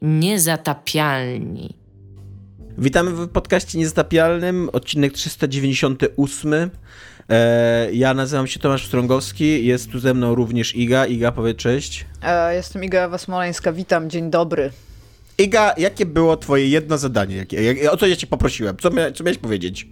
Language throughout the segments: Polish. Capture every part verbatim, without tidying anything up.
Niezatapialni. Witamy w podcaście Niezatapialnym, odcinek trzysta dziewięćdziesiąty ósmy. E, ja nazywam się Tomasz Strągowski, jest tu ze mną również Iga. Iga, powiedz cześć. E, jestem Iga Ewa Smoleńska, witam, dzień dobry. Iga, jakie było twoje jedno zadanie? Jakie, jak, o co ja cię poprosiłem? Co, mia, co miałeś powiedzieć?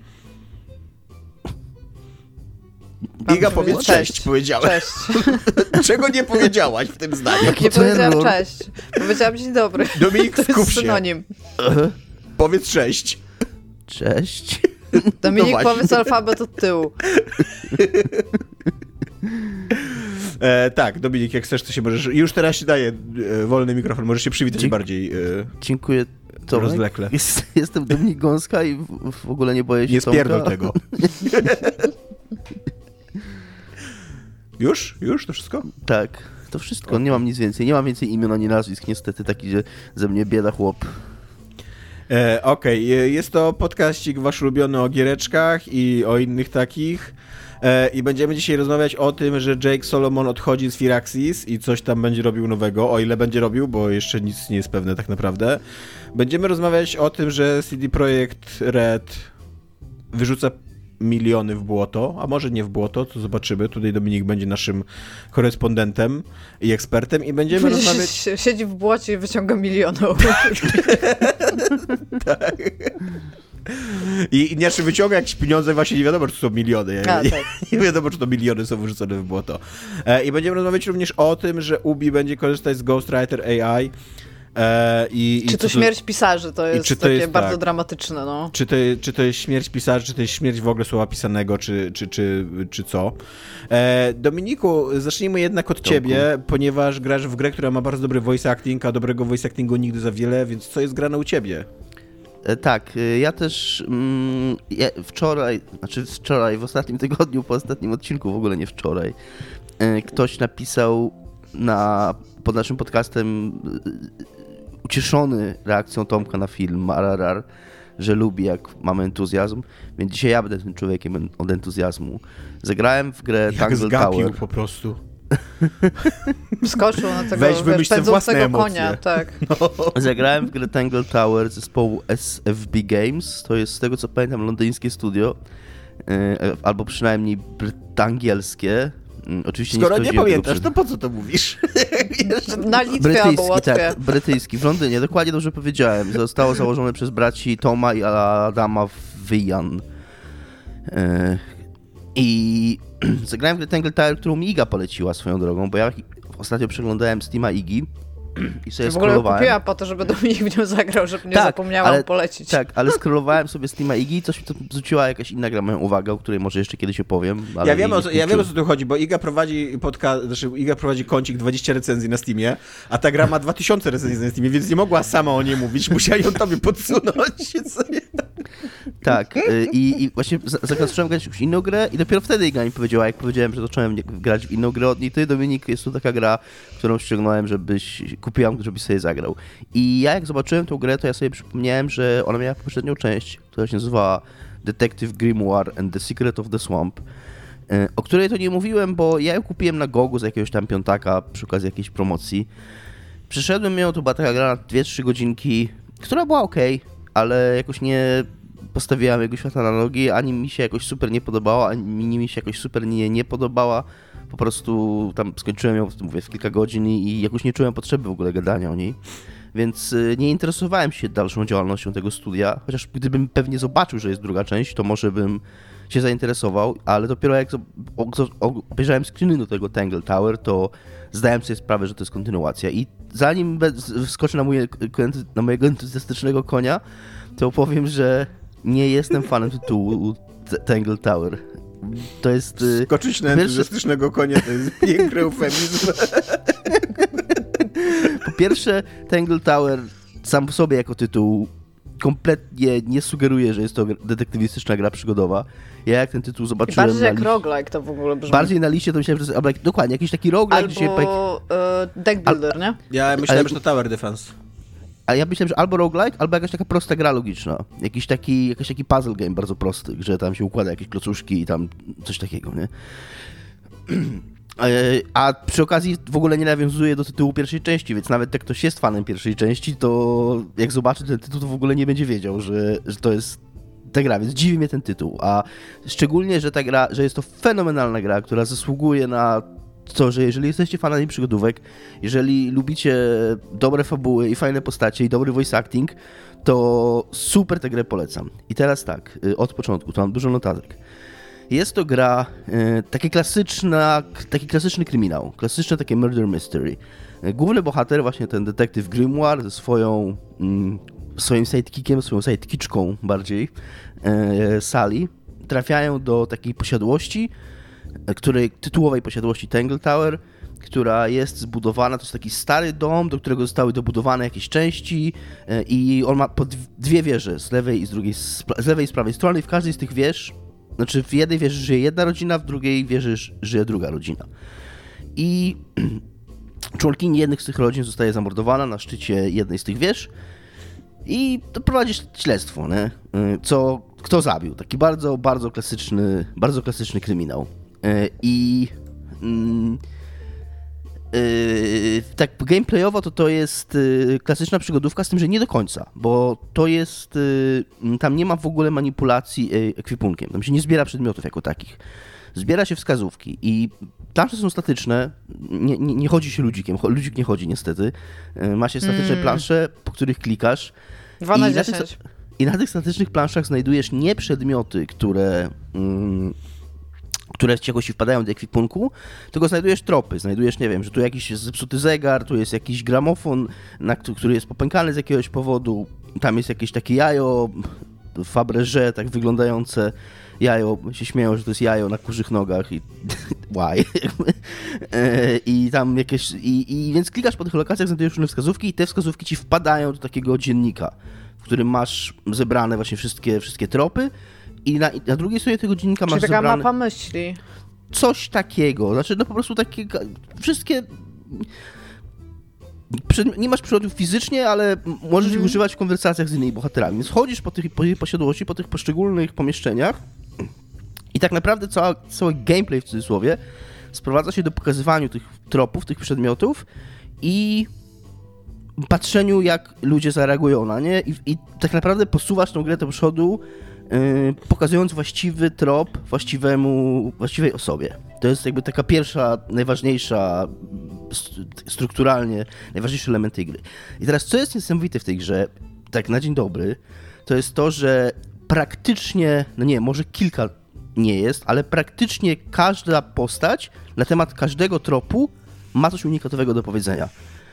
Mam Iga, powiedz cześć, cześć powiedziałem. Cześć. Czego nie powiedziałaś w tym zdaniu? Nie powiedziałam cześć, powiedziałam dzień dobry. Dominik, to skup jest się. synonim. Powiedz cześć. Cześć. Dominik, no powiedz alfabet od tyłu. E, tak, Dominik, jak chcesz, to się możesz... Już teraz ci daję e, wolny mikrofon, możesz się przywitać Dzie- bardziej e, Dziękuję, Tomek. rozwlekle. Jest, jestem Dominik Gąska i w, w ogóle nie boję się Nie Tomka. spierdol tego. Już? Już? To wszystko? Tak, to wszystko. Nie mam nic więcej. Nie mam więcej imion ani nazwisk, niestety. Taki, że ze mnie bieda chłop. E, Okej, okay. Jest to podcaścik wasz ulubiony o giereczkach i o innych takich. E, I będziemy dzisiaj rozmawiać o tym, że Jake Solomon odchodzi z Firaxis i coś tam będzie robił nowego, o ile będzie robił, bo jeszcze nic nie jest pewne tak naprawdę. Będziemy rozmawiać o tym, że C D Projekt Red wyrzuca miliony w błoto, a może nie w błoto, to zobaczymy. Tutaj Dominik będzie naszym korespondentem i ekspertem i będziemy rozmawiać... Siedzi w błocie i wyciąga milionów. Tak. I inaczej wyciąga jakieś pieniądze, właśnie nie wiadomo, czy to są miliony. A, nie, tak. nie wiadomo, czy to miliony są wyrzucone w błoto. E, I będziemy rozmawiać również o tym, że Ubi będzie korzystać z Ghostwriter A I. E, i, czy i to śmierć pisarzy, to jest czy to takie jest, bardzo tak. dramatyczne, no. Czy to, czy to jest śmierć pisarzy, czy to jest śmierć w ogóle słowa pisanego, czy, czy, czy, czy co. E, Dominiku, zacznijmy jednak od Tomku. ciebie, ponieważ grasz w grę, która ma bardzo dobry voice acting, a dobrego voice actingu nigdy za wiele, więc co jest grane u ciebie? E, tak, e, ja też mm, ja wczoraj, znaczy wczoraj, w ostatnim tygodniu, po ostatnim odcinku, w ogóle nie wczoraj, e, ktoś napisał na, pod naszym podcastem e, ucieszony reakcją Tomka na film R R R, że lubi, jak mamy entuzjazm, więc dzisiaj ja będę tym człowiekiem od entuzjazmu. Zagrałem w grę Jak Tangle zgapił Tower. po prostu. Wskoczył na tego Weź, wymyśl wiesz, sobie własne pędzącego emocje. konia, tak. No. Zagrałem w grę Tangle Tower zespołu S F B Games. To jest, z tego co pamiętam, londyńskie studio. Yy, albo przynajmniej brytangielskie. Yy, oczywiście Skoro nie, nie pamiętasz, to po co to mówisz? Na Litwie albo Brytyjski, Łotwie. tak, brytyjski, w Londynie, dokładnie dobrze powiedziałem. Zostało założone przez braci Toma i Adama Wyjan. Yy, I zagrałem w grę Tangle Tower, którą mi Iga poleciła swoją drogą, bo ja ostatnio przeglądałem Steama Igi i sobie W ogóle scrollowałem. kupiła po to, żeby Dominik w nią zagrał, żeby nie Tak, zapomniałam ale- polecić. Tak, ale scrollowałem sobie Steama Igi i coś mi to zwróciła jakaś inna gra moją uwagę, o której może jeszcze kiedyś opowiem. Ale Ja wiem, nie- o co, ja wiem, o co tu chodzi, bo Iga prowadzi podca- znaczy Iga prowadzi kącik dwadzieścia recenzji na Steamie, a ta gra ma dwa tysiące recenzji na Steamie, więc nie mogła sama o niej mówić, musiała ją tobie podsunąć. Tak, y, i, i właśnie za- zacząłem grać w jakąś inną grę i dopiero wtedy Iga mi powiedziała, jak powiedziałem, że zacząłem nie- grać w inną grę od niej, ty, Dominik, jest tu taka gra, którą ściągnąłem, żebyś, kupiłam, żebyś sobie zagrał. I ja jak zobaczyłem tą grę, to ja sobie przypomniałem, że ona miała poprzednią część, która się nazywała Detective Grimoire and the Secret of the Swamp, y, o której to nie mówiłem, bo ja ją kupiłem na Gogu za jakiegoś tam piątaka przy okazji jakiejś promocji. Przyszedłem ją, to była taka gra na dwie trzy godzinki, która była okej, ale jakoś nie postawiłam jego świata na nogi, ani mi się jakoś super nie podobała, ani mi się jakoś super nie, nie podobała. Po prostu tam skończyłem ją, mówię, w kilka godzin i, i jakoś nie czułem potrzeby w ogóle gadania o niej. Więc y, nie interesowałem się dalszą działalnością tego studia, chociaż gdybym pewnie zobaczył, że jest druga część, to może bym się zainteresował, ale dopiero jak zo- o- o- obejrzałem screeny do tego Tangle Tower, to zdałem sobie sprawę, że to jest kontynuacja. I zanim be- wskoczę na, moje, na mojego entuzjastycznego konia, to powiem, że nie jestem fanem tytułu T- Tangle Tower. To jest... y, Skoczyć na pierwszy- entuzjastycznego konia to jest piękny eufemizm. Po pierwsze, Tangle Tower sam w sobie jako tytuł kompletnie nie sugeruje, że jest to detektywistyczna gra przygodowa. Ja jak ten tytuł I zobaczyłem bardziej na jak liście, roguelike to w ogóle brzmi. bardziej na liście, to myślałem, że to jest albo jak, dokładnie, jakiś taki roguelike, gdzie się... Albo y, deck builder, nie? Ja myślałem, Ale- że to Tower Defense. A ja myślałem, że albo roguelike, albo jakaś taka prosta gra logiczna. Jakiś taki, jakiś taki puzzle game bardzo prosty, że tam się układa jakieś klocuszki i tam coś takiego, nie? A przy okazji w ogóle nie nawiązuje do tytułu pierwszej części, więc nawet jak ktoś jest fanem pierwszej części, to jak zobaczy ten tytuł, to w ogóle nie będzie wiedział, że, że to jest ta gra, więc dziwi mnie ten tytuł. A szczególnie, że ta gra, że jest to fenomenalna gra, która zasługuje na to, że jeżeli jesteście fanami przygodówek, jeżeli lubicie dobre fabuły i fajne postacie i dobry voice acting, to super tę grę polecam. I teraz tak, od początku, tu mam dużo notatek. Jest to gra e, taki, klasyczna, taki klasyczny kryminał, klasyczne takie murder mystery. E, główny bohater, właśnie ten detektyw Grimoire ze swoją, mm, swoim sidekickiem, swoją sidekiczką bardziej, e, Sally, trafiają do takiej posiadłości, e, której, tytułowej posiadłości Tangle Tower, która jest zbudowana, to jest taki stary dom, do którego zostały dobudowane jakieś części e, i on ma po dwie wieże, z lewej i z drugiej, z lewej i z prawej strony i w każdej z tych wież, znaczy w jednej wieży żyje jedna rodzina, w drugiej wieży żyje druga rodzina. I członkini jednych z tych rodzin zostaje zamordowana na szczycie jednej z tych wież i to prowadzi śledztwo, nie? Co, kto zabił. Taki bardzo, bardzo klasyczny, bardzo klasyczny kryminał. I mm, Yy, tak gameplayowo to to jest yy, klasyczna przygodówka, z tym, że nie do końca, bo to jest, yy, tam nie ma w ogóle manipulacji yy, ekwipunkiem, tam się nie zbiera przedmiotów jako takich, zbiera się wskazówki i plansze są statyczne, nie, nie, nie chodzi się ludzikiem, ludzik nie chodzi niestety, yy, ma się statyczne mm. plansze, po których klikasz dwa na i na, dziesięć. tych, i na tych statycznych planszach znajdujesz nie przedmioty, które... Yy, które ci jakoś wpadają do ekwipunku, tylko znajdujesz tropy, znajdujesz, nie wiem, że tu jakiś jest zepsuty zegar, tu jest jakiś gramofon, na, który jest popękany z jakiegoś powodu, tam jest jakieś takie jajo, Fabergé, tak wyglądające jajo, się śmieją, że to jest jajo na kurzych nogach i why? I tam jakieś, i, i więc klikasz po tych lokacjach, znajdujesz różne wskazówki i te wskazówki ci wpadają do takiego dziennika, w którym masz zebrane właśnie wszystkie, wszystkie tropy. I na, na drugiej stronie tego dziennika Czyli masz taka zebrane... mapa myśli. Coś takiego. Znaczy, no po prostu takie... Wszystkie... Przed... Nie masz przyrодów fizycznie, ale możesz ich mm. używać w konwersacjach z innymi bohaterami. Więc chodzisz po tych po tej posiadłości, po tych poszczególnych pomieszczeniach i tak naprawdę cała, cały gameplay w cudzysłowie sprowadza się do pokazywaniu tych tropów, tych przedmiotów i patrzeniu, jak ludzie zareagują na nie i, i tak naprawdę posuwasz tą grę do przodu, Yy, pokazując właściwy trop właściwemu, właściwej osobie. To jest jakby taka pierwsza, najważniejsza st- strukturalnie, najważniejszy element tej gry. I teraz, co jest niesamowite w tej grze, tak na dzień dobry, to jest to, że praktycznie, no nie, może kilka nie jest, ale praktycznie każda postać na temat każdego tropu ma coś unikatowego do powiedzenia.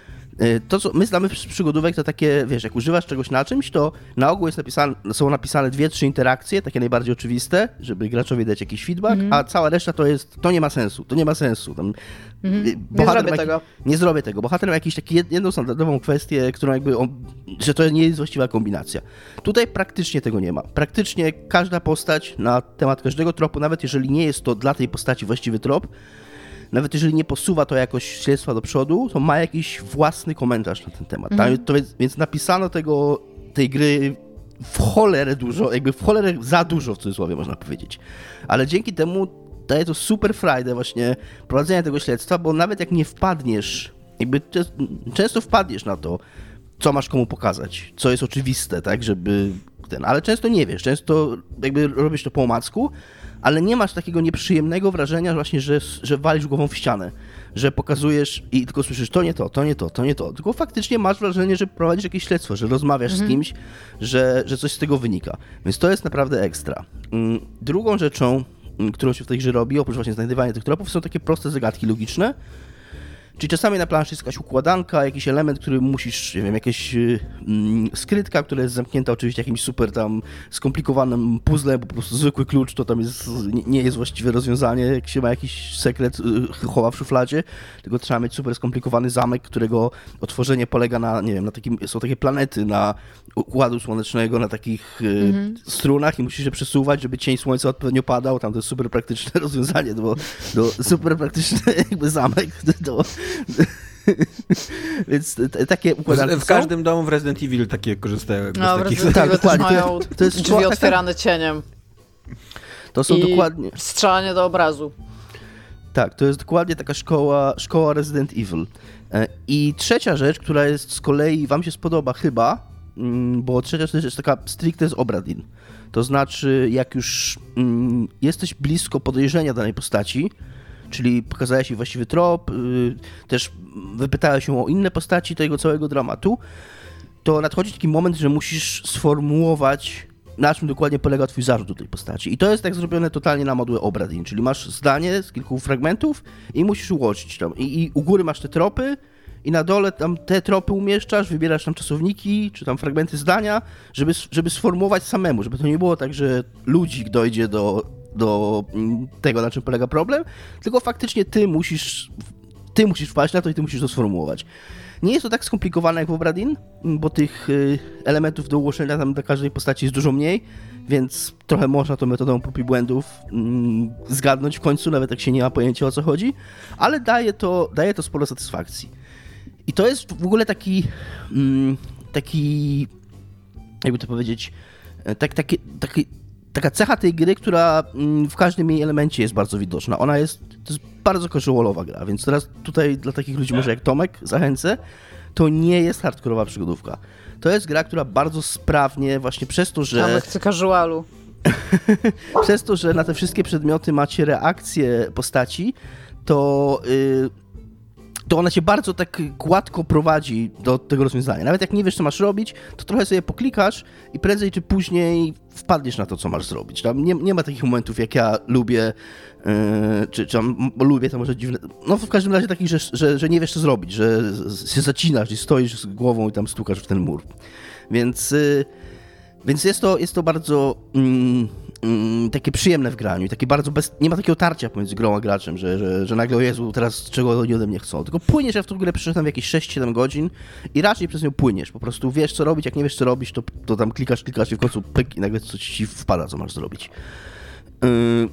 To, co my znamy z przygodówek, to takie, wiesz, jak używasz czegoś na czymś, to na ogół jest napisane, są napisane dwie, trzy interakcje, takie najbardziej oczywiste, żeby graczowi dać jakiś feedback, mm. a cała reszta to jest, to nie ma sensu, to nie ma sensu. Tam, mm. Nie zrobię ma, tego. Nie zrobię tego. Bohater ma jakąś taką jedną standardową kwestię, którą jakby, on, że to nie jest właściwa kombinacja. Tutaj praktycznie tego nie ma. Praktycznie każda postać na temat każdego tropu, nawet jeżeli nie jest to dla tej postaci właściwy trop, nawet jeżeli nie posuwa to jakoś śledztwa do przodu, to ma jakiś własny komentarz na ten temat. Mm. To więc, więc napisano tego, tej gry w cholerę dużo, jakby w cholerę za dużo w cudzysłowie można powiedzieć. Ale dzięki temu daje to super frajdę właśnie prowadzenia tego śledztwa, bo nawet jak nie wpadniesz, jakby często wpadniesz na to, co masz komu pokazać, co jest oczywiste, tak, żeby ten, ale często nie wiesz, często jakby robisz to po omacku, ale nie masz takiego nieprzyjemnego wrażenia właśnie, że, że walisz głową w ścianę, że pokazujesz i tylko słyszysz to nie to, to nie to, to nie to, tylko faktycznie masz wrażenie, że prowadzisz jakieś śledztwo, że rozmawiasz mhm. z kimś, że, że coś z tego wynika, więc to jest naprawdę ekstra. Drugą rzeczą, którą się w tej grze robi, oprócz właśnie znajdywania tych tropów, są takie proste zagadki logiczne. Czyli czasami na planszy jest jakaś układanka, jakiś element, który musisz, nie wiem, jakaś yy, skrytka, która jest zamknięta oczywiście jakimś super tam skomplikowanym puzzlem, bo po prostu zwykły klucz to tam jest, nie, nie jest właściwe rozwiązanie, jak się ma jakiś sekret yy, chowa w szufladzie, tylko trzeba mieć super skomplikowany zamek, którego otworzenie polega na, nie wiem, na takim, są takie planety na układu słonecznego, na takich yy, mm-hmm. strunach i musisz się przesuwać, żeby cień słońca odpowiednio padał, tam to jest super praktyczne rozwiązanie, do, do super praktyczny jakby zamek, do Więc t- takie układanki W każdym domu w Resident Evil takie korzystają. No, w takich... Resident Evil też mają to jest drzwi otwierane cieniem. To są I dokładnie... strzelanie do obrazu. Tak, to jest dokładnie taka szkoła, szkoła Resident Evil. I trzecia rzecz, która jest z kolei, wam się spodoba chyba, bo trzecia rzecz jest taka stricte z Obradin. To znaczy, jak już mm, jesteś blisko podejrzenia danej postaci, czyli pokazałeś jej właściwy trop, yy, też wypytałeś się o inne postaci tego całego dramatu, to nadchodzi taki moment, że musisz sformułować, na czym dokładnie polega twój zarzut do tej postaci. I to jest tak zrobione totalnie na modłę Obradin, czyli masz zdanie z kilku fragmentów i musisz ułożyć tam. I, I u góry masz te tropy, i na dole tam te tropy umieszczasz, wybierasz tam czasowniki, czy tam fragmenty zdania, żeby, żeby sformułować samemu, żeby to nie było tak, że ludzik dojdzie do, do tego, na czym polega problem, tylko faktycznie ty musisz, ty musisz wpaść na to i ty musisz to sformułować. Nie jest to tak skomplikowane jak w Obradin, bo tych elementów do ułożenia tam dla każdej postaci jest dużo mniej, więc trochę można tą metodą prób i błędów mm, zgadnąć w końcu, nawet jak się nie ma pojęcia o co chodzi, ale daje to, daje to sporo satysfakcji. I to jest w ogóle taki, taki jakby to powiedzieć, tak, taki, taki, taka cecha tej gry, która w każdym jej elemencie jest bardzo widoczna. Ona jest, to jest bardzo casualowa gra, więc teraz tutaj dla takich ludzi może jak Tomek zachęcę, to nie jest hardkorowa przygodówka. To jest gra, która bardzo sprawnie właśnie przez to, że... Tomek chce casualu. Przez to, że na te wszystkie przedmioty macie reakcje postaci, to... Yy, to ona cię bardzo tak gładko prowadzi do tego rozwiązania. Nawet jak nie wiesz, co masz robić, to trochę sobie poklikasz i prędzej czy później wpadniesz na to, co masz zrobić. Tam nie, nie ma takich momentów, jak ja lubię, yy, czy, czy tam, lubię, to może dziwne, no w każdym razie takich, że, że, że nie wiesz, co zrobić, że się zacinasz i stoisz z głową i tam stukasz w ten mur. Więc, yy, więc jest to, jest to bardzo... Yy, takie przyjemne w graniu, takie bardzo bez... nie ma takiego tarcia pomiędzy grą a graczem, że, że, że nagle o Jezu, teraz czego oni ode mnie chcą, tylko płyniesz, ja w tą grę przyszedłem w jakieś sześć siedem godzin i raczej przez nią płyniesz, po prostu wiesz co robić, jak nie wiesz co robić, to, to tam klikasz, klikasz i w końcu pyk i nagle coś ci wpada, co masz zrobić. Yy...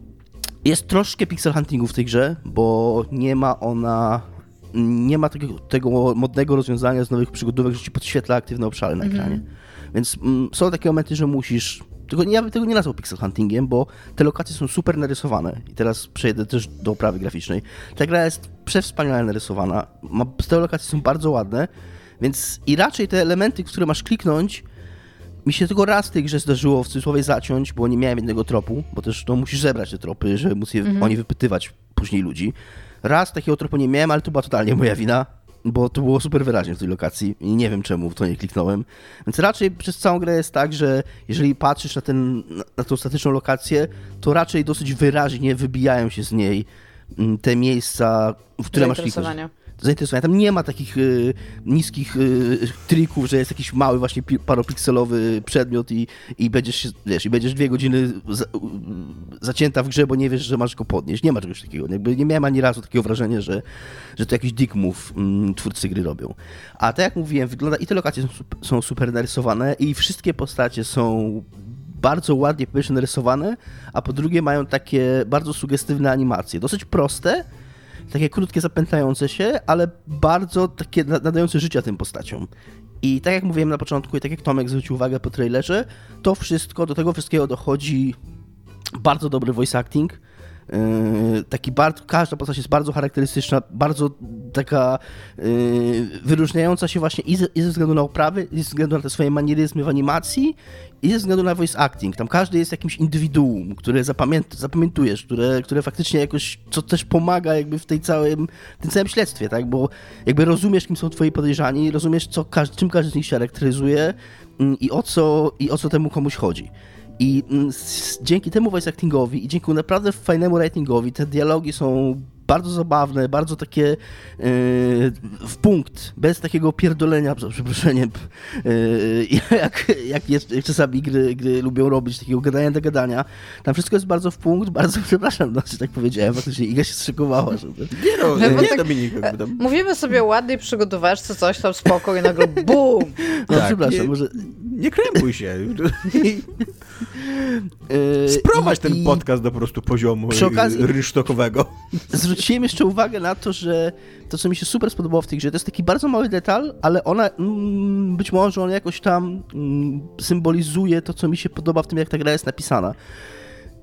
Jest troszkę pixel huntingu w tej grze, bo nie ma ona... nie ma tego, tego modnego rozwiązania z nowych przygodówek, że ci podświetla aktywne obszary na ekranie. Mm. Więc mm, są takie momenty, że musisz... Tylko ja bym tego nie nazwał pixel huntingiem, bo te lokacje są super narysowane. I teraz przejdę też do oprawy graficznej. Ta gra jest przewspaniale narysowana. Ma, te lokacje są bardzo ładne, więc i raczej te elementy, w które masz kliknąć, mi się tylko raz w tej grze zdarzyło w cudzysłowie zaciąć, bo nie miałem jednego tropu, bo też no, musisz zebrać te tropy, żeby móc je, mm-hmm. o nie wypytywać później ludzi. Raz takiego tropu nie miałem, ale to była totalnie moja wina, bo to było super wyraźnie w tej lokacji i nie wiem czemu w to nie kliknąłem. Więc raczej przez całą grę jest tak, że jeżeli patrzysz na, ten, na tą statyczną lokację, to raczej dosyć wyraźnie wybijają się z niej te miejsca, w które masz kliknąć. Zainteresowania. Tam nie ma takich y, niskich y, trików, że jest jakiś mały właśnie pi- paropikselowy przedmiot i, i będziesz się, wiesz, i będziesz dwie godziny za, y, zacięta w grze, bo nie wiesz, że masz go podnieść. Nie ma czegoś takiego. Jakby nie miałem ani razu takiego wrażenia, że, że to jakiś dick move mm, twórcy gry robią. A tak jak mówiłem, wygląda i te lokacje są, są super narysowane i wszystkie postacie są bardzo ładnie po pierwsze narysowane, a po drugie mają takie bardzo sugestywne animacje. Dosyć proste, takie krótkie, zapętlające się, ale bardzo takie nadające życia tym postaciom. I tak jak mówiłem na początku i tak jak Tomek zwrócił uwagę po trailerze, to wszystko, do tego wszystkiego dochodzi bardzo dobry voice acting. Yy, taki bardzo, każda postać jest bardzo charakterystyczna, bardzo taka yy, wyróżniająca się właśnie i ze, i ze względu na oprawy, i ze względu na te swoje manieryzmy w animacji, i ze względu na voice acting. Tam każdy jest jakimś indywiduum, które zapamięt, zapamiętujesz, które, które faktycznie jakoś, co też pomaga jakby w tej całym, w tym całym śledztwie, tak? Bo jakby rozumiesz, kim są twoi podejrzani, rozumiesz, co, każdy, czym każdy z nich się charakteryzuje yy, i o co, i o co temu komuś chodzi. I z, dzięki temu voice actingowi i dzięki naprawdę fajnemu writingowi te dialogi są bardzo zabawne, bardzo takie yy, w punkt, bez takiego pierdolenia, za przeproszeniem, yy, jak, jak, jest, jak czasami gry, gry lubią robić, takiego gadania do gadania. Tam wszystko jest bardzo w punkt, bardzo przepraszam, no, że tak powiedziałem, faktycznie Iga się strzykowała, żeby... Nie no, no nie tak, Dominik. Jakby tam... Mówimy sobie ładnie, przygotowujesz co coś tam spoko i nagle BUM! No tak, przepraszam, nie, może... Nie krępuj się. Sprowadź ten i... podcast do po prostu poziomu przy okazji... rynsztokowego. Zwróciłem jeszcze uwagę na to, że to, co mi się super spodobało w tej grze, to jest taki bardzo mały detal, ale ona, mm, być może on jakoś tam mm, symbolizuje to, co mi się podoba w tym, jak ta gra jest napisana.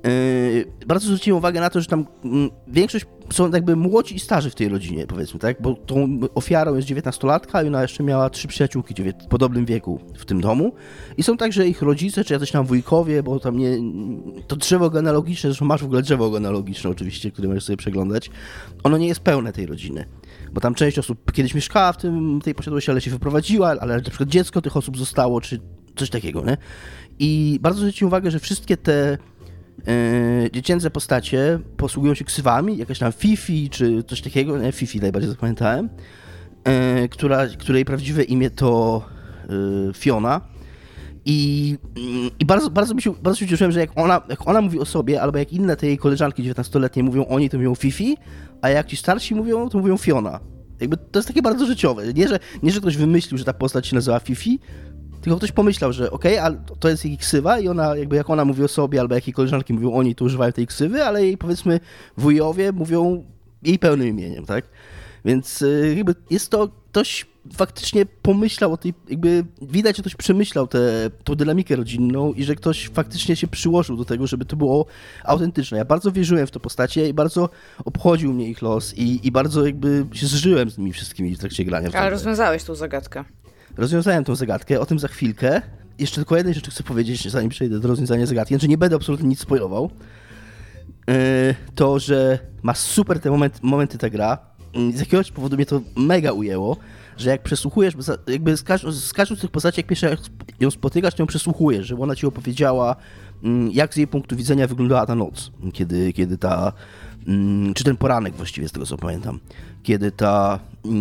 Yy, bardzo zwróciłem uwagę na to, że tam mm, większość są jakby młodzi i starzy w tej rodzinie, powiedzmy, tak? Bo tą ofiarą jest dziewiętnastolatka i ona jeszcze miała trzy przyjaciółki w podobnym wieku w tym domu. I są także ich rodzice, czy jacyś tam wujkowie, bo tam nie... To drzewo genealogiczne, zresztą masz w ogóle drzewo genealogiczne oczywiście, które możesz sobie przeglądać. Ono nie jest pełne tej rodziny. Bo tam część osób kiedyś mieszkała w tym, tej posiadłości, ale się wyprowadziła, ale na przykład dziecko tych osób zostało, czy coś takiego, nie? I bardzo zwróciłem uwagę, że wszystkie te Yy, dziecięce postacie posługują się ksywami, jakaś tam Fifi czy coś takiego, nie? Fifi najbardziej zapamiętałem, yy, która, której prawdziwe imię to yy, Fiona i, yy, i bardzo, bardzo, mi się, bardzo się cieszyłem, że jak ona, jak ona mówi o sobie, albo jak inne te jej koleżanki dziewiętnastoletnie mówią o niej, to mówią Fifi, a jak ci starsi mówią, to mówią Fiona. Jakby to jest takie bardzo życiowe. Nie, że, nie, że ktoś wymyślił, że ta postać się nazywa Fifi, tylko ktoś pomyślał, że okej, okay, ale to jest jej ksywa i ona, jakby jak ona mówi o sobie, albo jak jej koleżanki mówią o niej, to używają tej ksywy, ale jej, powiedzmy, wujowie mówią jej pełnym imieniem, tak? Więc jakby jest to, ktoś faktycznie pomyślał o tej, jakby widać, że ktoś przemyślał tę tą dynamikę rodzinną i że ktoś faktycznie się przyłożył do tego, żeby to było autentyczne. Ja bardzo wierzyłem w tę postacie i bardzo obchodził mnie ich los i, i bardzo jakby się zżyłem z nimi wszystkimi w trakcie grania. Ale rozwiązałeś tą zagadkę. Rozwiązałem tą zagadkę, o tym za chwilkę. Jeszcze tylko jednej rzeczy chcę powiedzieć, zanim przejdę do rozwiązania zagadki, znaczy nie będę absolutnie nic spoilował. Yy, to, że ma super te moment, momenty ta gra. Z jakiegoś powodu mnie to mega ujęło, że jak przesłuchujesz, jakby z, każ- z każdą z tych postaci, jak pierwszy ją spotykasz, to ją przesłuchujesz, żeby ona ci opowiedziała, jak z jej punktu widzenia wyglądała ta noc, kiedy, kiedy ta, czy ten poranek właściwie, z tego co pamiętam, kiedy ta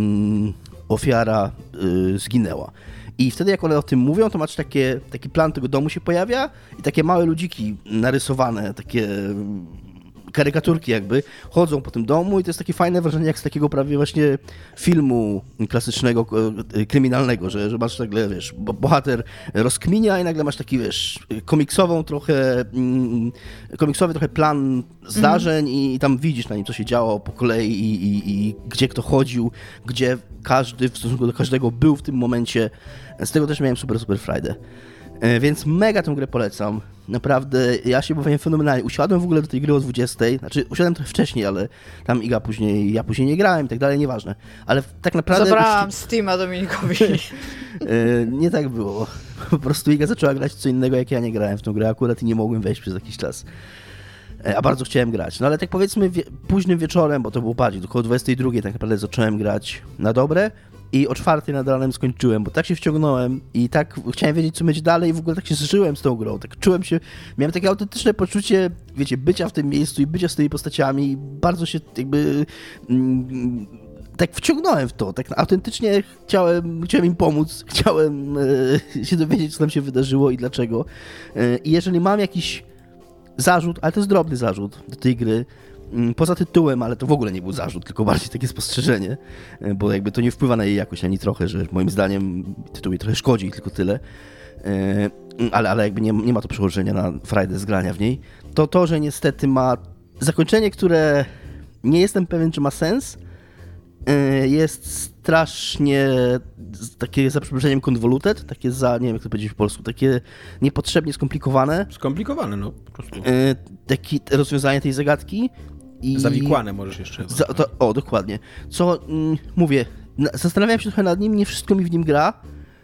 ofiara y, zginęła. I wtedy jak one o tym mówią, to masz takie, taki plan tego domu się pojawia i takie małe ludziki narysowane, takie karykaturki jakby, chodzą po tym domu i to jest takie fajne wrażenie jak z takiego prawie właśnie filmu klasycznego, kryminalnego, że, że masz nagle, wiesz, bohater rozkminia i nagle masz taki, wiesz, komiksową trochę, komiksowy trochę plan zdarzeń mm. i, i tam widzisz na nim, co się działo po kolei i, i, i gdzie kto chodził, gdzie każdy w stosunku do każdego był w tym momencie. Z tego też miałem super, super frajdę. Więc mega tę grę polecam. Naprawdę, ja się bawiłem fenomenalnie. Usiadłem w ogóle do tej gry o dwudziestej. Znaczy, usiadłem trochę wcześniej, ale tam Iga później, ja później nie grałem i tak dalej, nieważne. Ale tak naprawdę... Zabrałam uczci... Steama Dominikowi. Nie tak było. Po prostu Iga zaczęła grać co innego, jak ja nie grałem w tą grę akurat i nie mogłem wejść przez jakiś czas. A bardzo chciałem grać. No ale tak powiedzmy wie... późnym wieczorem, bo to było bardziej, około dwudziestej drugiej tak naprawdę zacząłem grać na dobre. I o czwartej nad ranem skończyłem, bo tak się wciągnąłem i tak chciałem wiedzieć, co będzie dalej i w ogóle tak się zżyłem z tą grą. Tak czułem się, miałem takie autentyczne poczucie, wiecie, bycia w tym miejscu i bycia z tymi postaciami i bardzo się jakby mm, tak wciągnąłem w to. Tak autentycznie chciałem, chciałem im pomóc, chciałem e, się dowiedzieć, co tam się wydarzyło i dlaczego. E, I jeżeli mam jakiś zarzut, ale to jest drobny zarzut do tej gry, poza tytułem, ale to w ogóle nie był zarzut, tylko bardziej takie spostrzeżenie, bo jakby to nie wpływa na jej jakość ani trochę, że moim zdaniem tytuł jej trochę szkodzi, tylko tyle. Ale, ale jakby nie, nie ma to przełożenia na frajdę z grania w niej. To to, że niestety ma zakończenie, które nie jestem pewien, czy ma sens, jest strasznie takie, za przeproszeniem, convoluted, takie za, nie wiem jak to powiedzieć w polsku, takie niepotrzebnie skomplikowane. Skomplikowane, no po prostu. Takie rozwiązanie tej zagadki. I zawikłane możesz jeszcze. Za, to, o, dokładnie. Co, mm, mówię, zastanawiałem się trochę nad nim, nie wszystko mi w nim gra.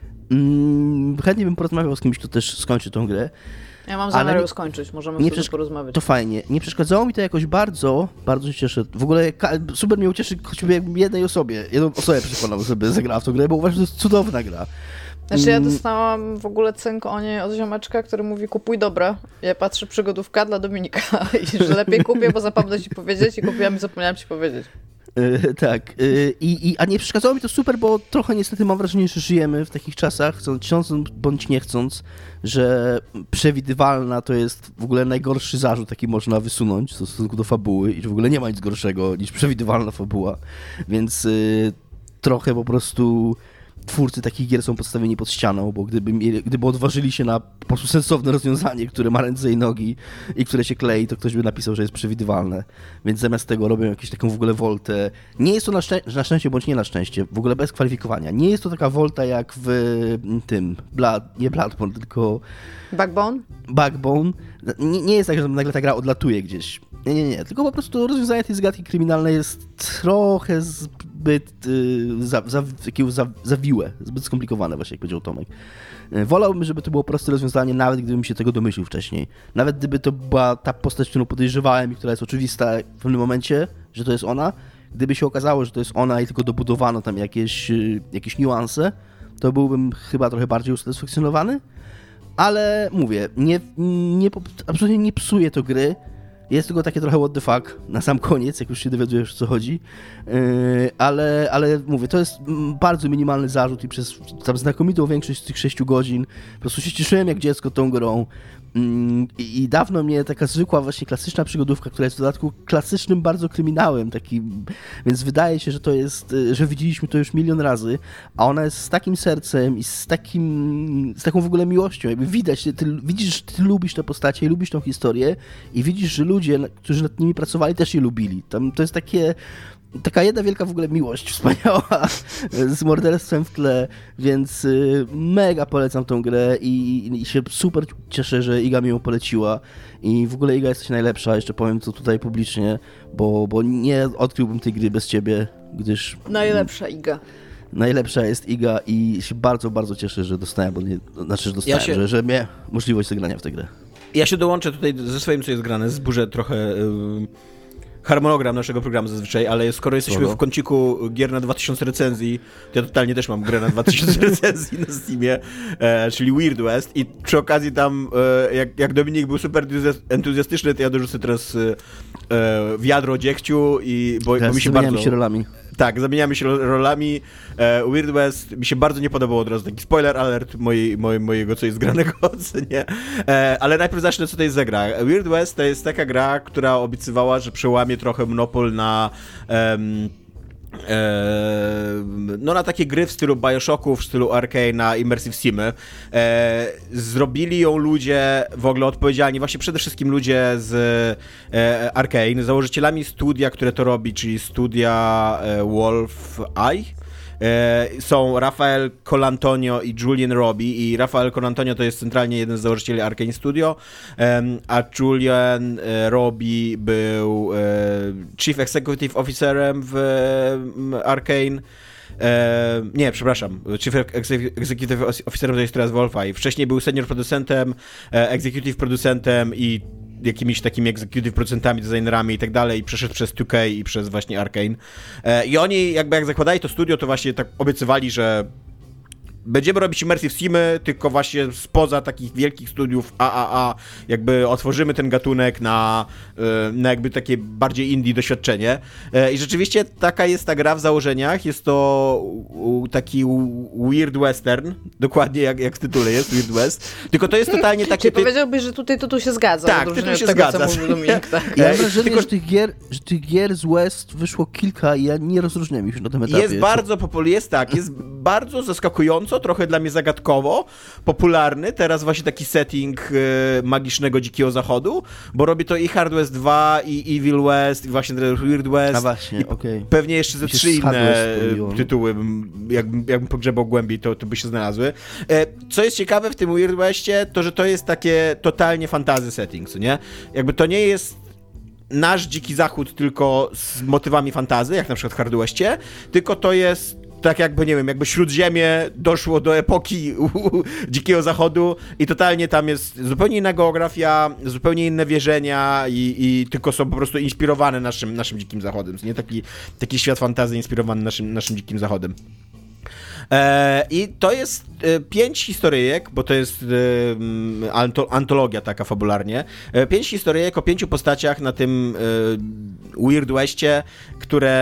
Mm, chętnie bym porozmawiał z kimś, kto też skończy tą grę. Ja mam zamiar ją skończyć, możemy nie wtedy porozmawiać. To fajnie. Nie przeszkadzało mi to jakoś bardzo, bardzo się cieszę. W ogóle super mnie ucieszy choćby jednej osobie, jedną osobę przekonał, żeby zagrała w tą grę, bo uważam, że to jest cudowna gra. Znaczy ja dostałam w ogóle cynk o niej od ziomeczka, który mówi kupuj dobra. Ja patrzę przygodówka dla Dominika i że lepiej kupię, bo zapomnę ci powiedzieć i kupiłam i zapomniałam ci powiedzieć. Yy, tak, yy, i, a nie przeszkadzało mi to super, bo trochę niestety mam wrażenie, że żyjemy w takich czasach, chcąc bądź nie chcąc, że przewidywalna to jest w ogóle najgorszy zarzut, jaki można wysunąć w stosunku do fabuły i że w ogóle nie ma nic gorszego niż przewidywalna fabuła, więc yy, trochę po prostu twórcy takich gier są postawieni pod ścianą, bo gdyby, mieli, gdyby odważyli się na po prostu sensowne rozwiązanie, które ma ręce i nogi i które się klei, to ktoś by napisał, że jest przewidywalne. Więc zamiast tego robią jakąś taką w ogóle woltę. Nie jest to na, szczę- na szczęście, bądź nie na szczęście, w ogóle bez kwalifikowania. Nie jest to taka wolta jak w tym, Blood, nie Bloodborne, tylko... Backbone? Backbone. Nie, nie jest tak, że nagle ta gra odlatuje gdzieś. Nie, nie, nie. Tylko po prostu rozwiązanie tej zagadki kryminalnej jest trochę zbyt y, za, za, za, zawiłe, zbyt skomplikowane właśnie, jak powiedział Tomek. Wolałbym, żeby to było proste rozwiązanie, nawet gdybym się tego domyślił wcześniej. Nawet gdyby to była ta postać, którą podejrzewałem i która jest oczywista w pewnym momencie, że to jest ona. Gdyby się okazało, że to jest ona i tylko dobudowano tam jakieś, jakieś niuanse, to byłbym chyba trochę bardziej usatysfakcjonowany. Ale mówię, nie, nie, absolutnie nie psuje to gry. Jest tylko takie trochę what the fuck na sam koniec, jak już się dowiadujesz, o co chodzi. Yy, ale, ale mówię, to jest bardzo minimalny zarzut i przez tam znakomitą większość z tych sześciu godzin po prostu się cieszyłem jak dziecko tą grą. I dawno mnie taka zwykła, właśnie klasyczna przygodówka, która jest w dodatku klasycznym bardzo kryminałem, takim, więc wydaje się, że to jest, że widzieliśmy to już milion razy, a ona jest z takim sercem i z takim, z taką w ogóle miłością, jakby widać, ty, ty widzisz, że ty lubisz te postacie i lubisz tą historię i widzisz, że ludzie, którzy nad nimi pracowali, też je lubili. Tam to jest takie Taka jedna wielka w ogóle miłość wspaniała z morderstwem w tle, więc mega polecam tą grę i, i się super cieszę, że Iga mi ją poleciła i w ogóle Iga jesteś najlepsza, jeszcze powiem to tutaj publicznie, bo, bo nie odkryłbym tej gry bez ciebie, gdyż... Najlepsza Iga. Najlepsza jest Iga i się bardzo, bardzo cieszę, że dostałem, bo nie, znaczy, że dostałem, ja się... że, że miałem możliwość zagrania w tę grę. Ja się dołączę tutaj ze swoim, co jest grane, zburzę trochę... Yy... harmonogram naszego programu zazwyczaj, ale skoro jesteśmy Słowo. w kąciku gier na dwa tysiące recenzji, to ja totalnie też mam grę na dwa tysiące recenzji na Steamie, e, czyli Weird West i przy okazji tam, e, jak, jak Dominik był super entuzjastyczny, to ja dorzucę teraz e, wiadro dziegciu i bo, bo mi się bardzo... się rolami. Tak, zamieniamy się rolami. E, Weird West mi się bardzo nie podobało od razu, taki spoiler alert mojej, mojej, mojego, co jest granego, co nie. E, ale najpierw zacznę, co to jest za gra. Weird West to jest taka gra, która obiecywała, że przełamie trochę monopol na... Um, no na takie gry w stylu Bioshocków, w stylu Arkane, na Immersive Simy. E, zrobili ją ludzie w ogóle odpowiedzialni, właśnie przede wszystkim ludzie z e, Arkane, założycielami studia, które to robi, czyli studia e, Wolf Eye. Są Rafael Colantonio i Julian Robbie i Rafael Colantonio to jest centralnie jeden z założycieli Arkane Studio, a Julian Robbie był Chief Executive Officerem w Arkane. Nie, przepraszam, Chief Executive Officerem to jest teraz Wolfeye. Wcześniej był senior producentem, executive producentem i jakimiś takimi executive producentami, designerami i tak dalej i przeszedł przez two K i przez właśnie Arkane. I oni jakby jak zakładali to studio, to właśnie tak obiecywali, że będziemy robić immersive simy, tylko właśnie spoza takich wielkich studiów A A A, jakby otworzymy ten gatunek na, na jakby takie bardziej indie doświadczenie. I rzeczywiście taka jest ta gra w założeniach, jest to taki weird western, dokładnie jak, jak w tytule jest, Weird West, tylko to jest totalnie takie... Czyli powiedziałbyś, że tutaj tytuł się zgadza. Tak, tytuł się tego, zgadza. Co mówił Dominik, tak. Ja mam wrażenie, tylko... że, tych gier, że tych gier z West wyszło kilka i ja nie rozróżniam ich na tym etapie. Jest bardzo popularny, jest tak, jest bardzo zaskakująco, trochę dla mnie zagadkowo popularny, teraz właśnie taki setting y, magicznego Dzikiego Zachodu, bo robi to i Hard West dwa, i Evil West, i właśnie Weird West. A właśnie, okej. Okay. Pewnie jeszcze ze trzy inne tytuły, jakbym, jakbym pogrzebał głębiej, to, to by się znalazły. E, co jest ciekawe w tym Weird Westie, to że to jest takie totalnie fantasy setting, co nie? Jakby to nie jest nasz Dziki Zachód tylko z motywami fantazy, jak na przykład w Hard Westie, tylko to jest tak jakby, nie wiem, jakby Śródziemie doszło do epoki Dzikiego Zachodu i totalnie tam jest zupełnie inna geografia, zupełnie inne wierzenia i, i tylko są po prostu inspirowane naszym, naszym Dzikim Zachodem. Nie taki, taki świat fantasy inspirowany naszym, naszym Dzikim Zachodem. E, I to jest e, pięć historyjek, bo to jest e, anto, antologia taka fabularnie. E, pięć historyjek o pięciu postaciach na tym e, Weird Westie, które,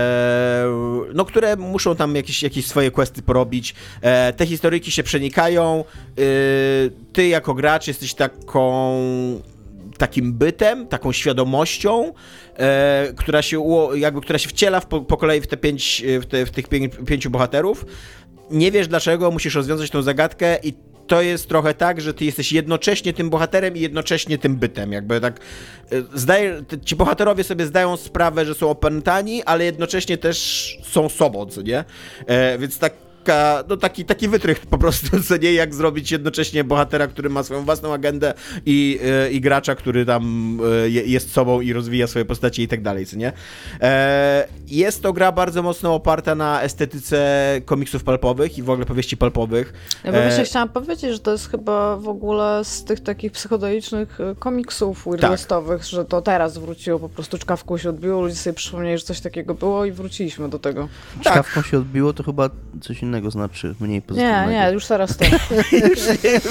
e, no, które muszą tam jakieś, jakieś swoje questy porobić. E, te historyjki się przenikają. E, ty jako gracz jesteś taką... takim bytem, taką świadomością, e, która się jakby, która się wciela w, po, po kolei w te pięć, w, te, w tych pię, pięciu bohaterów nie wiesz dlaczego, musisz rozwiązać tą zagadkę i to jest trochę tak, że ty jesteś jednocześnie tym bohaterem i jednocześnie tym bytem. Jakby tak zdaje, ci bohaterowie sobie zdają sprawę, że są opętani, ale jednocześnie też są sobą, co nie? E, więc tak no taki, taki wytrych po prostu, co nie, jak zrobić jednocześnie bohatera, który ma swoją własną agendę i, yy, i gracza, który tam yy, jest sobą i rozwija swoje postacie i tak dalej, co nie. E, jest to gra bardzo mocno oparta na estetyce komiksów pulpowych i w ogóle powieści pulpowych. Ja bym właśnie e... chciałam powiedzieć, że to jest chyba w ogóle z tych takich psychodelicznych komiksów Weird tak. Westowych, że to teraz wróciło, po prostu czkawką się odbiło, ludzie sobie przypomnieli, że coś takiego było i wróciliśmy do tego. Czkawką tak. się odbiło, to chyba coś innego znaczy, mniej pozytywnego. Nie, nie, już teraz to. już nie, już.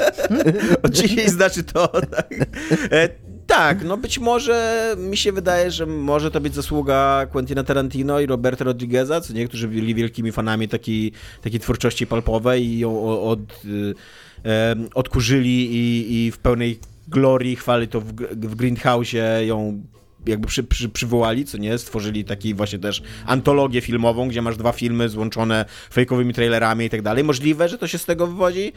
Od dzisiaj znaczy to, tak. E, tak, no być może mi się wydaje, że może to być zasługa Quentina Tarantino i Roberta Rodrigueza, co niektórzy byli wielkimi fanami takiej, takiej twórczości pulpowej i ją od, e, odkurzyli i, i w pełnej glorii chwali to w, w Grindhouse'ie ją jakby przy, przy, przywołali, co nie, stworzyli taki właśnie też antologię filmową, gdzie masz dwa filmy złączone fejkowymi trailerami i tak dalej. Możliwe, że to się z tego wywodzi.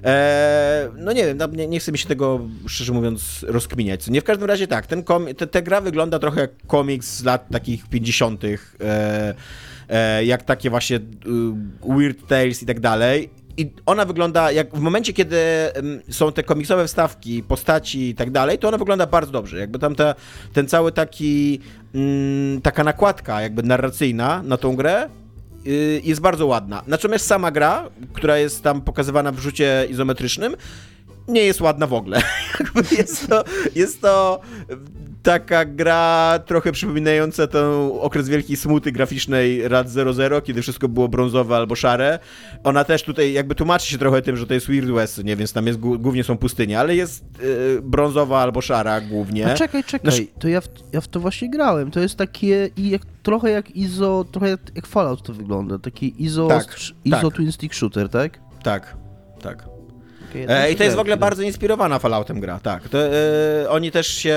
Eee, no nie wiem, nie, nie chcę mi się tego, szczerze mówiąc, rozkminiać. Co nie, w każdym razie tak, ten kom- te, ta gra wygląda trochę jak komiks z lat takich pięćdziesiątych, e, e, jak takie właśnie e, Weird Tales i tak dalej. I ona wygląda, jak w momencie, kiedy są te komiksowe wstawki, postaci i tak dalej, to ona wygląda bardzo dobrze. Jakby tam ta, ten cały taki, mm, taka nakładka jakby narracyjna na tą grę yy, jest bardzo ładna. Natomiast sama gra, która jest tam pokazywana w rzucie izometrycznym, nie jest ładna w ogóle. jest, to, jest to taka gra trochę przypominająca ten okres wielkiej smuty graficznej lat zero zero, kiedy wszystko było brązowe albo szare. Ona też tutaj jakby tłumaczy się trochę tym, że to jest Weird West, nie? Więc tam jest, głównie są pustynie, ale jest yy, brązowa albo szara głównie. No czekaj, czekaj, Nasz... to ja w, ja w to właśnie grałem. To jest takie i jak, trochę jak ISO, trochę jak, jak Fallout to wygląda. Taki ISO, tak, ISO tak. Twin Stick Shooter, tak? Tak, tak. Okay, e, I to jest w ogóle tak. bardzo inspirowana Falloutem gra, tak. To, e, oni też się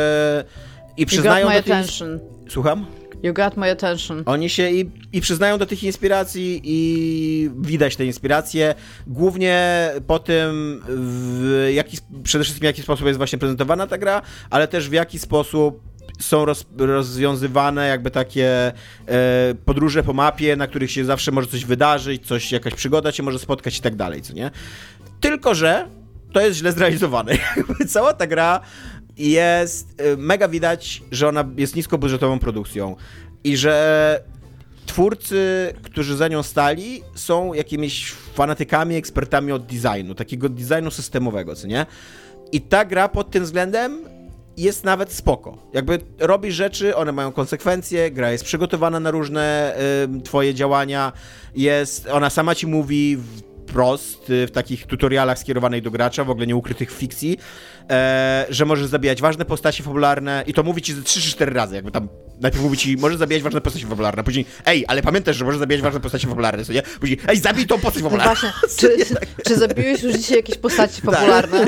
i przyznają you got my do tych... attention. Słucham? You got my attention. Oni się i, i przyznają do tych inspiracji i widać te inspiracje, głównie po tym, w jaki, przede wszystkim w jaki sposób jest właśnie prezentowana ta gra, ale też w jaki sposób są roz, rozwiązywane jakby takie e, podróże po mapie, na których się zawsze może coś wydarzyć, coś, jakaś przygoda cię może spotkać i tak dalej, co nie? Tylko że to jest źle zrealizowane. Cała ta gra jest... Mega widać, że ona jest niskobudżetową produkcją i że twórcy, którzy za nią stali, są jakimiś fanatykami, ekspertami od designu, takiego designu systemowego, co nie? I ta gra pod tym względem jest nawet spoko. Jakby robisz rzeczy, one mają konsekwencje, gra jest przygotowana na różne y, twoje działania, jest, ona sama ci mówi wprost w takich tutorialach skierowanych do gracza, w ogóle nie ukrytych w fikcji, e, że możesz zabijać ważne postacie fabularne i to mówi ci ze trzy czy cztery razy, jakby tam najpierw mówi ci, możesz zabijać ważne postacie fabularne, później, ej, ale pamiętasz, że możesz zabijać ważne postacie fabularne, co nie? Później, ej, zabij tą postać fabularną. No właśnie, czy, czy, czy zabiłeś już dzisiaj jakieś postaci fabularne?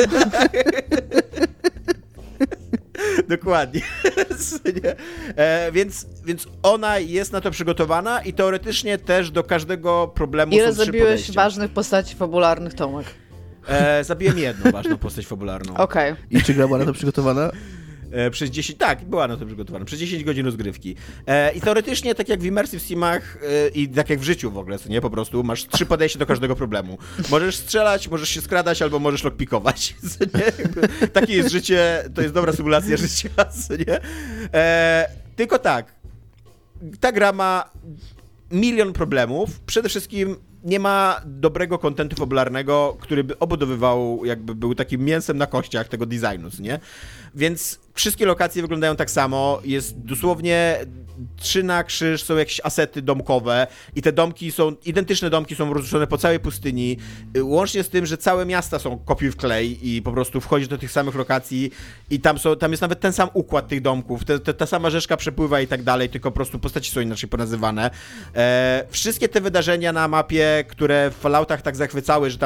Dokładnie. e, więc, więc ona jest na to przygotowana i teoretycznie też do każdego problemu Ile są trzy zabiłeś podejścia. ważnych postaci fabularnych, Tomek? E, zabiłem jedną ważną postać fabularną. Okej. Okay. I czy gra była na to przygotowana? E, przez dziesięć, tak, była na to przygotowana, przez dziesięć godzin rozgrywki. E, I teoretycznie, tak jak w Immersive Simach e, i tak jak w życiu w ogóle, co nie, po prostu masz trzy podejścia do każdego problemu. Możesz strzelać, możesz się skradać, albo możesz lockpickować. Co nie? Jakby, takie jest życie, to jest dobra symulacja życia, co nie? E, tylko tak, ta gra ma milion problemów, przede wszystkim nie ma dobrego kontentu fabularnego, który by obudowywał, jakby był takim mięsem na kościach tego designu, nie? Więc wszystkie lokacje wyglądają tak samo, jest dosłownie trzy na krzyż, są jakieś asety domkowe i te domki są, identyczne domki są rozrzucone po całej pustyni, łącznie z tym, że całe miasta są kopiuj w klej i po prostu wchodzisz do tych samych lokacji i tam są, tam jest nawet ten sam układ tych domków, te, te, ta sama rzeczka przepływa i tak dalej, tylko po prostu postaci są inaczej ponazywane. E, wszystkie te wydarzenia na mapie, które w Falloutach tak zachwycały, że tam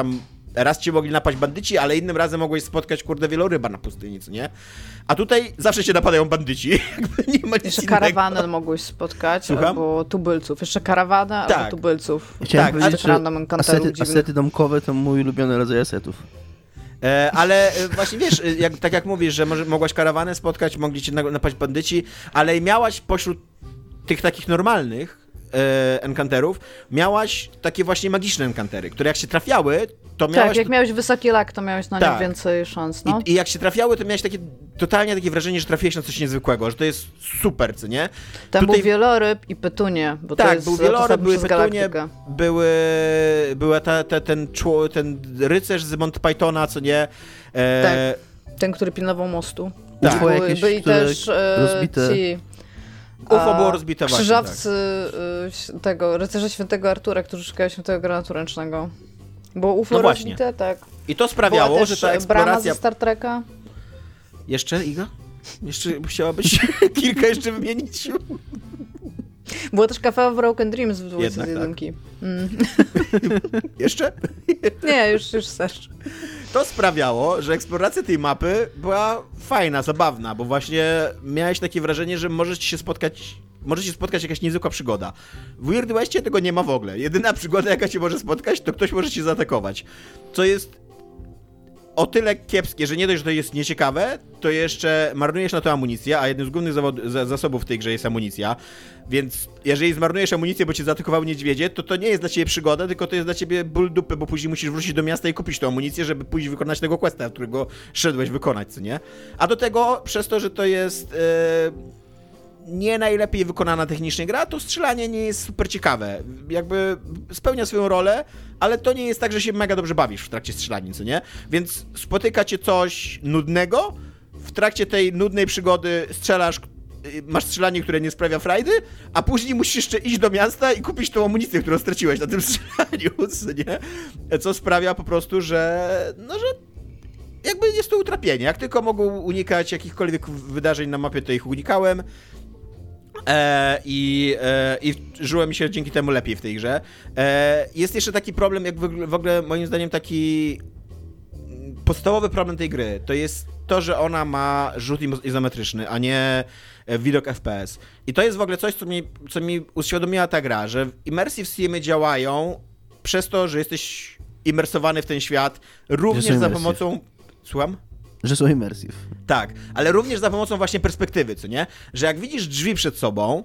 raz cię mogli napaść bandyci, ale innym razem mogłeś spotkać, kurde, wieloryba na pustyni, co nie? A tutaj zawsze się napadają bandyci. Jakby nie ma nic Jeszcze innego. karawanę mogłeś spotkać, Słucham? albo tubylców. Jeszcze karawanę, Tak. albo tubylców. Chciałem Tak, powiedzieć, ale- że random encounterów asety, dziwnych. asety domkowe to mój ulubiony rodzaj asetów. E, ale e, właśnie wiesz, e, jak, tak jak mówisz, że może, mogłaś karawanę spotkać, mogli cię na- napaść bandyci, ale miałaś pośród tych takich normalnych e, encounterów, miałaś takie właśnie magiczne encountery, które jak się trafiały, to miałaś... Tak, jak miałeś wysoki lak, to miałeś na Tak. nich więcej szans, no. I, I jak się trafiały, to miałeś takie totalnie takie wrażenie, że trafiłeś na coś niezwykłego, że to jest super, co nie? Tam Tutaj- był wieloryb i petunie, bo to Tak, jest był wieloryb, czasami były przez petunie, galaktykę. były, była ta, ta, ten, czło, ten rycerz z Monty Pythona, co nie? E, Ten, który pilnował mostu. Tak. U F O Były, jakieś, byli które też e, rozbite. ci... U F O a, było rozbite właśnie, Krzyżowcy y, tego, rycerze świętego Artura, którzy szukają świętego granatu ręcznego. Było U F O No właśnie. rozbite, tak. I to sprawiało, Była że też ta brama eksploracja... ze Star Treka. Jeszcze, Iga? Jeszcze chciałabyś kilka jeszcze wymienić? Było też kafe w Broken Dreams w dwójce Jednak z tak. jedynki. Mm. Jeszcze? Nie, już, już też. To sprawiało, że eksploracja tej mapy była fajna, zabawna, bo właśnie miałeś takie wrażenie, że możesz się spotkać, może się spotkać jakaś niezwykła przygoda. W Weird Westie tego nie ma w ogóle. Jedyna przygoda, jaka cię może spotkać, to ktoś może cię zaatakować. Co jest o tyle kiepskie, że nie dość, że to jest nieciekawe, to jeszcze marnujesz na to amunicję, a jednym z głównych zawod- za- zasobów w tej grze jest amunicja, więc jeżeli zmarnujesz amunicję, bo cię zaatakowały niedźwiedzie, to to nie jest dla ciebie przygoda, tylko to jest dla ciebie ból dupy, bo później musisz wrócić do miasta i kupić tę amunicję, żeby pójść wykonać tego questa, którego szedłeś wykonać, co nie? A do tego, przez to, że to jest... Yy... nie najlepiej wykonana technicznie gra, to strzelanie nie jest super ciekawe. Jakby spełnia swoją rolę, ale to nie jest tak, że się mega dobrze bawisz w trakcie strzelanin, co nie? Więc spotyka cię coś nudnego, w trakcie tej nudnej przygody strzelasz, masz strzelanie, które nie sprawia frajdy, a później musisz jeszcze iść do miasta i kupić tą amunicję, którą straciłeś na tym strzelaniu, co nie? Co sprawia po prostu, że no, że jakby jest to utrapienie. Jak tylko mogą unikać jakichkolwiek wydarzeń na mapie, to ich unikałem. E, i, e, I żyło mi się dzięki temu lepiej w tej grze. E, jest jeszcze taki problem, jak w, w ogóle moim zdaniem taki podstawowy problem tej gry, to jest to, że ona ma rzut im- izometryczny, a nie e, widok F P S. I to jest w ogóle coś, co mi, co mi uświadomiła ta gra, że immersive simy działają przez to, że jesteś imersowany w ten świat, również za immersive. pomocą... Słucham? Że są immersive. Tak, ale również za pomocą właśnie perspektywy, co nie? Że jak widzisz drzwi przed sobą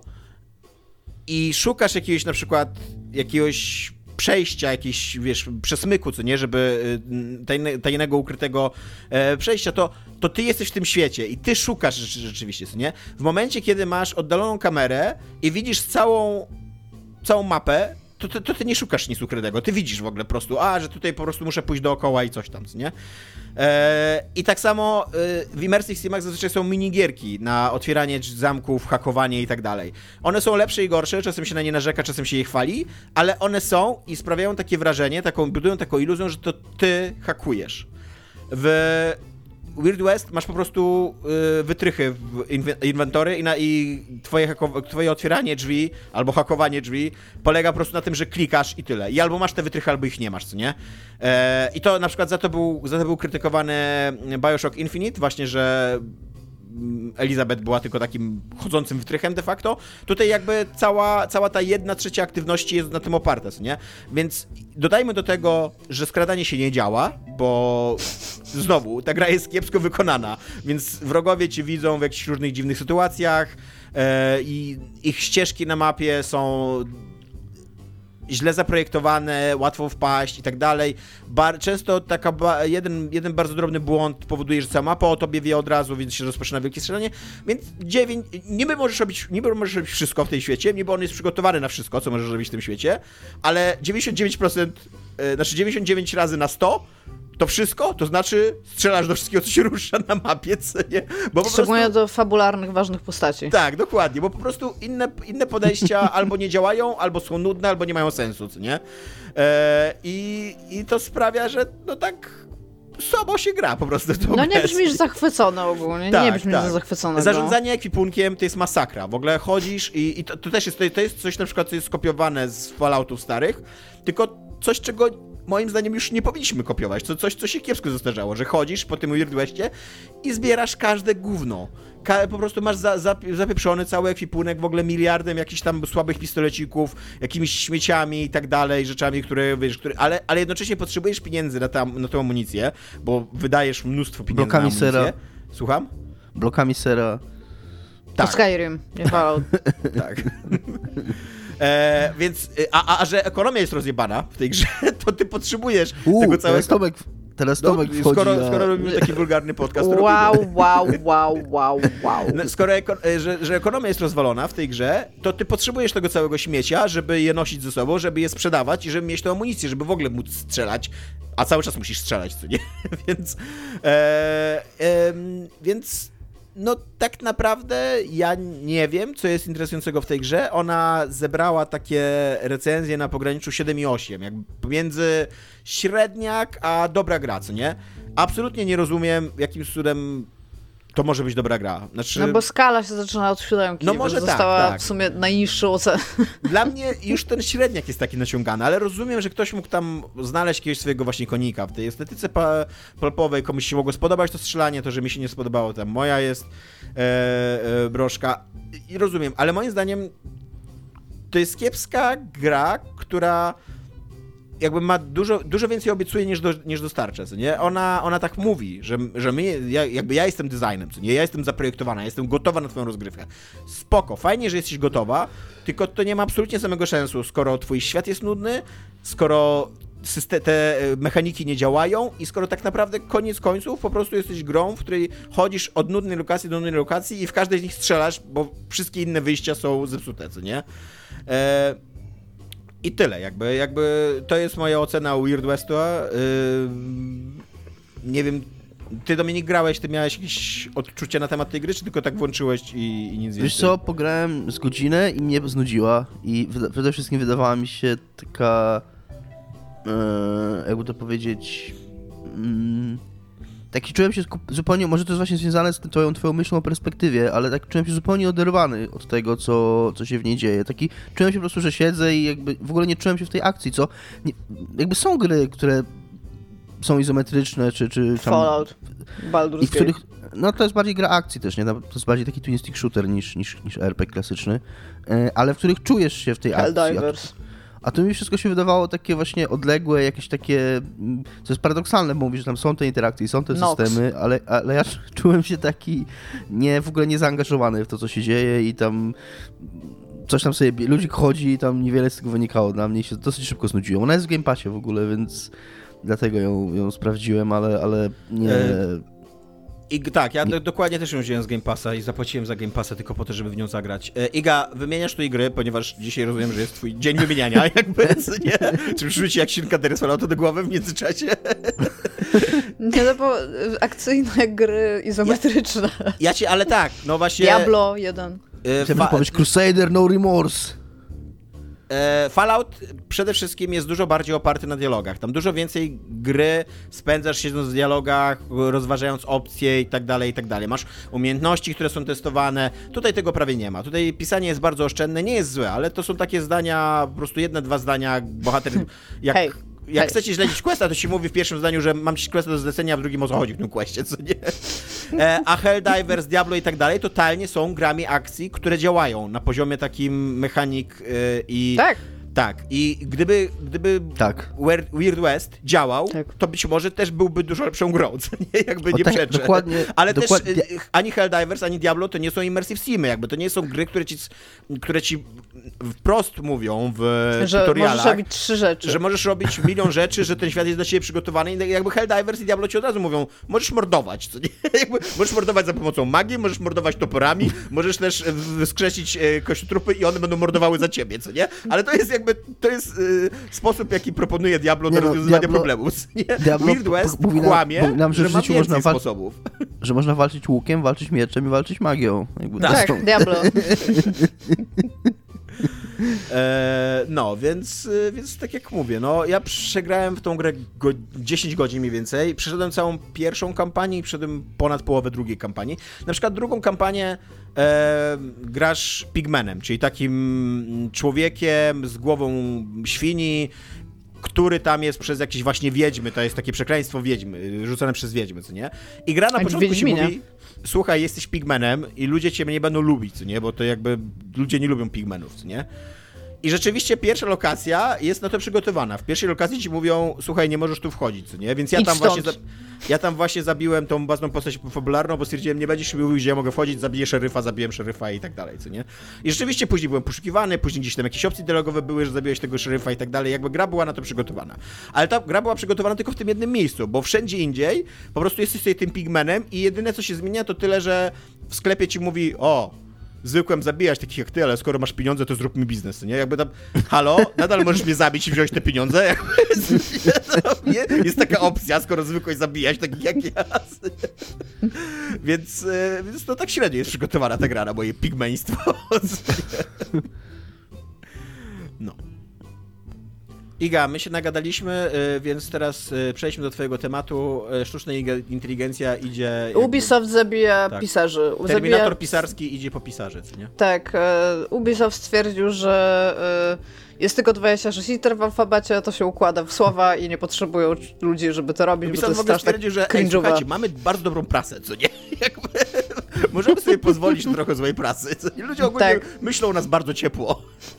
i szukasz jakiegoś na przykład jakiegoś przejścia, jakiegoś, wiesz, przesmyku, co nie? Żeby y, tajne, tajnego, ukrytego e, przejścia, to, to ty jesteś w tym świecie i ty szukasz rzeczy, rzeczywiście, co nie? W momencie, kiedy masz oddaloną kamerę i widzisz całą, całą mapę, to, to, to ty nie szukasz nic ukrytego, ty widzisz w ogóle po prostu, a, że tutaj po prostu muszę pójść dookoła i coś tam, co nie? Eee, I tak samo y, w Immersive Simach zazwyczaj są minigierki na otwieranie zamków, hakowanie i tak dalej. One są lepsze i gorsze, czasem się na nie narzeka, czasem się je chwali, ale one są i sprawiają takie wrażenie, taką, budują taką iluzję, że to ty hakujesz. W Weird West masz po prostu y, wytrychy w inw- inwentory i, na, i twoje, hako- twoje otwieranie drzwi albo hakowanie drzwi polega po prostu na tym, że klikasz i tyle. I albo masz te wytrychy, albo ich nie masz, co nie? E, I to na przykład za to był, za to był krytykowany Bioshock Infinite, właśnie, że Elizabeth była tylko takim chodzącym wytrychem de facto. Tutaj jakby cała, cała ta jedna trzecia aktywności jest na tym oparta, co nie? Więc dodajmy do tego, że skradanie się nie działa, bo znowu, ta gra jest kiepsko wykonana, więc wrogowie cię widzą w jakichś różnych dziwnych sytuacjach e, i ich ścieżki na mapie są źle zaprojektowane, łatwo wpaść i tak dalej. Bar- często taka ba- jeden, jeden bardzo drobny błąd powoduje, że cała mapa o tobie wie od razu, więc się rozpoczyna wielkie strzelanie. Więc dziewięć, niby możesz robić, niby możesz robić wszystko w tej świecie, niby on jest przygotowany na wszystko, co możesz robić w tym świecie, ale dziewięćdziesiąt dziewięć procent, yy, znaczy dziewięćdziesiąt dziewięć razy na sto to wszystko, to znaczy strzelasz do wszystkiego, co się rusza na mapie, co nie? Bo po Szczególnie prostu... do fabularnych, ważnych postaci. Tak, dokładnie, bo po prostu inne, inne podejścia albo nie działają, albo są nudne, albo nie mają sensu, co nie? E, i, I to sprawia, że no tak słabo się gra po prostu. To No nie bez- brzmisz zachwycony ogólnie, Tak, nie brzmisz tak. zachwycony. Zarządzanie ekwipunkiem to jest masakra. W ogóle chodzisz i, i to, to też jest, to jest coś na przykład, co jest skopiowane z Falloutów starych, tylko coś, czego moim zdaniem już nie powinniśmy kopiować. To coś, co się kiepsko zestarzało, że chodzisz po tym Weird Westie i zbierasz każde gówno. Ka- po prostu masz za, za, zapieprzony cały ekwipunek w ogóle miliardem jakichś tam słabych pistolecików, jakimiś śmieciami i tak dalej, rzeczami, które, wiesz, które, ale, ale jednocześnie potrzebujesz pieniędzy na, tam, na tą amunicję, bo wydajesz mnóstwo pieniędzy Blokami na amunicję. sera. Słucham? Blokami sera. Tak. To Skyrim, nie Fallout. Tak. E, więc, a, a że ekonomia jest rozjebana w tej grze, to ty potrzebujesz Uuu, tego całego... Teraz Tomek, teraz Tomek no, wchodzi skoro, na... skoro robimy taki wulgarny podcast, to Wow, robimy. wow, wow, wow, wow. No, skoro eko, że, że ekonomia jest rozwalona w tej grze, to ty potrzebujesz tego całego śmiecia, żeby je nosić ze sobą, żeby je sprzedawać i żeby mieć tę amunicję, żeby w ogóle móc strzelać, a cały czas musisz strzelać, co nie? więc... E, e, więc... No tak naprawdę ja nie wiem, co jest interesującego w tej grze. Ona zebrała takie recenzje na pograniczu siedem i osiem, jakby pomiędzy średniak a dobra gra, co nie? Absolutnie nie rozumiem, jakim cudem to może być dobra gra. Znaczy... No bo skala się zaczyna od siódemki, no może została tak, tak. w sumie najniższą ocenę. Dla mnie już ten średniak jest taki naciągany, ale rozumiem, że ktoś mógł tam znaleźć jakiegoś swojego właśnie konika w tej estetyce pulpowej, komuś się mogło spodobać to strzelanie, to, że mi się nie spodobało, tam moja jest e, e, broszka i rozumiem, ale moim zdaniem to jest kiepska gra, która jakby ma dużo, dużo więcej obiecuje niż, do, niż dostarcza, co nie? Ona, ona tak mówi, że, że my, ja, jakby ja jestem designem, co nie? Ja jestem zaprojektowana, ja jestem gotowa na twoją rozgrywkę. Spoko, fajnie, że jesteś gotowa, tylko to nie ma absolutnie samego sensu, skoro twój świat jest nudny, skoro system, te mechaniki nie działają i skoro tak naprawdę koniec końców po prostu jesteś grą, w której chodzisz od nudnej lokacji do nudnej lokacji i w każdej z nich strzelasz, bo wszystkie inne wyjścia są zepsute, co nie? E- I tyle, jakby, jakby to jest moja ocena Weird West'a. Yy, nie wiem, ty Dominik grałeś, ty miałeś jakieś odczucia na temat tej gry, czy tylko tak włączyłeś i, i nic więcej? Wiesz co, pograłem z godzinę i mnie znudziła i wyda- przede wszystkim wydawała mi się taka, e, jakby to powiedzieć, mm, taki czułem się skup- zupełnie, może to jest właśnie związane z twoją, twoją myślą o perspektywie, ale tak czułem się zupełnie oderwany od tego, co, co się w niej dzieje. Taki, czułem się po prostu, że siedzę i jakby w ogóle nie czułem się w tej akcji, co, nie, jakby są gry, które są izometryczne, czy... czy tam, Fallout, Baldur's i w Gate. których, no to jest bardziej gra akcji też, nie? To jest bardziej taki twin stick shooter niż, niż, niż er pe gie klasyczny, e, ale w których czujesz się w tej akcji. Helldivers. A tu mi wszystko się wydawało takie właśnie odległe, jakieś takie, co jest paradoksalne, bo mówisz, że tam są te interakcje i są te Nox. systemy, ale, ale ja czułem się taki nie, w ogóle niezaangażowany w to, co się dzieje i tam coś tam sobie, ludzik chodzi i tam niewiele z tego wynikało. Dla mnie się dosyć szybko znudziło. Ona jest w Game Passie w ogóle, więc dlatego ją, ją sprawdziłem, ale, ale nie... E- I tak, ja do, dokładnie też ją wziąłem z Game Passa i zapłaciłem za Game Passa tylko po to, żeby w nią zagrać. E, Iga, wymieniasz tu i gry, ponieważ dzisiaj rozumiem, że jest twój dzień wymieniania, jakby, nie? Czy przyszły ci jak silka Dereswala to do głowy w międzyczasie? Nie, no bo akcyjne gry izometryczne. Ja, ja ci, ale tak, no właśnie... Diablo jeden. E, Chciałbym powiedzieć Crusader, no remorse. E, Fallout przede wszystkim jest dużo bardziej oparty na dialogach. Tam dużo więcej gry spędzasz siedząc w dialogach, rozważając opcje i tak dalej, i tak dalej. Masz umiejętności, które są testowane. Tutaj tego prawie nie ma. Tutaj pisanie jest bardzo oszczędne, nie jest złe, ale to są takie zdania, po prostu jedne, dwa zdania, bohater jak... Hej. Jak Hej. chcecie śledzić questa, to się mówi w pierwszym zdaniu, że mam ci questa do zlecenia, a w drugim o co chodzi w tym questie, co nie? E, a Helldivers, Diablo i tak dalej totalnie są grami akcji, które działają na poziomie takim mechanik e, i... Tak. Tak, i gdyby, gdyby Tak. Weird Weird West działał, Tak. to być może też byłby dużo lepszą grą, co nie? Jakby O nie tak, przeczę. dokładnie, Ale dokładnie. też y, ani Helldivers, ani Diablo to nie są immersive simy, jakby to nie są gry, które ci, które ci wprost mówią w Że tutorialach, możesz robić trzy rzeczy. że możesz robić milion rzeczy, że ten świat jest dla ciebie przygotowany i jakby Helldivers i Diablo ci od razu mówią, możesz mordować, co nie? Jakby możesz mordować za pomocą magii, możesz mordować toporami, możesz też wskrzesić e, kościotrupy i one będą mordowały za ciebie, co nie? Ale to jest jakby, to jest e, sposób, jaki proponuje Diablo do Nie no, rozwiązywania Diablo- problemu, nie? Diablo Weird p- West mówi nam- kłamie, mówi nam, że że w ma życiu więcej można wal- sposobów. Że można walczyć łukiem, walczyć mieczem i walczyć magią. Jakby to Tak, są- Diablo. E, no, więc, y, więc tak jak mówię, no ja przegrałem w tą grę go, dziesięć godzin mniej więcej, przeszedłem całą pierwszą kampanię i przeszedłem ponad połowę drugiej kampanii. Na przykład drugą kampanię e, grasz pigmenem, czyli takim człowiekiem z głową świni, który tam jest przez jakieś właśnie wiedźmy, to jest takie przekleństwo wiedźmy, rzucone przez wiedźmy, co nie? I gra na Jak początku ci Wiedźminie. mówi, słuchaj, jesteś pigmenem i ludzie cię nie będą lubić, co nie? Bo to jakby ludzie nie lubią pigmenów, co nie? I rzeczywiście pierwsza lokacja jest na to przygotowana. W pierwszej lokacji ci mówią, słuchaj, nie możesz tu wchodzić, co nie? Więc ja Idź tam, właśnie, za, stąd. ja tam właśnie zabiłem tą własną postać fabularną, bo stwierdziłem, nie będziesz mi mówił, gdzie ja mogę wchodzić, zabiję szeryfa, zabiłem szeryfa i tak dalej, co nie? I rzeczywiście później byłem poszukiwany, później gdzieś tam jakieś opcje dialogowe były, że zabiłeś tego szeryfa i tak dalej. Jakby gra była na to przygotowana. Ale ta gra była przygotowana tylko w tym jednym miejscu, bo wszędzie indziej po prostu jesteś sobie tym pigmenem i jedyne, co się zmienia, to tyle, że w sklepie ci mówi, o, zwykłem zabijać takich jak ty, ale skoro masz pieniądze, to zrób mi biznes, nie? Jakby tam, halo, nadal możesz mnie zabić i wziąć te pieniądze? Jakby, nie? Jest taka opcja, skoro zwykłeś zabijać takich jak ja. Więc, więc to tak średnio jest przygotowana ta gra na moje pigmeństwo. No. Iga, my się nagadaliśmy, więc teraz przejdźmy do twojego tematu. Sztuczna inteligencja idzie... Jakby... Ubisoft zabija tak. pisarzy. Terminator zabija... pisarski idzie po pisarzy, co nie? Tak, e, Ubisoft stwierdził, że e, jest tylko dwadzieścia sześć liter w alfabecie, to się układa w słowa i nie potrzebują ludzi, żeby to robić, Ubisoft bo to w ogóle jest strasznie stwierdził, że ej, cringe'owe. słuchajcie, mamy bardzo dobrą prasę, co nie? Jakby, możemy sobie pozwolić na trochę złej prasy. Co nie? Ludzie ogólnie Tak. myślą o nas bardzo ciepło.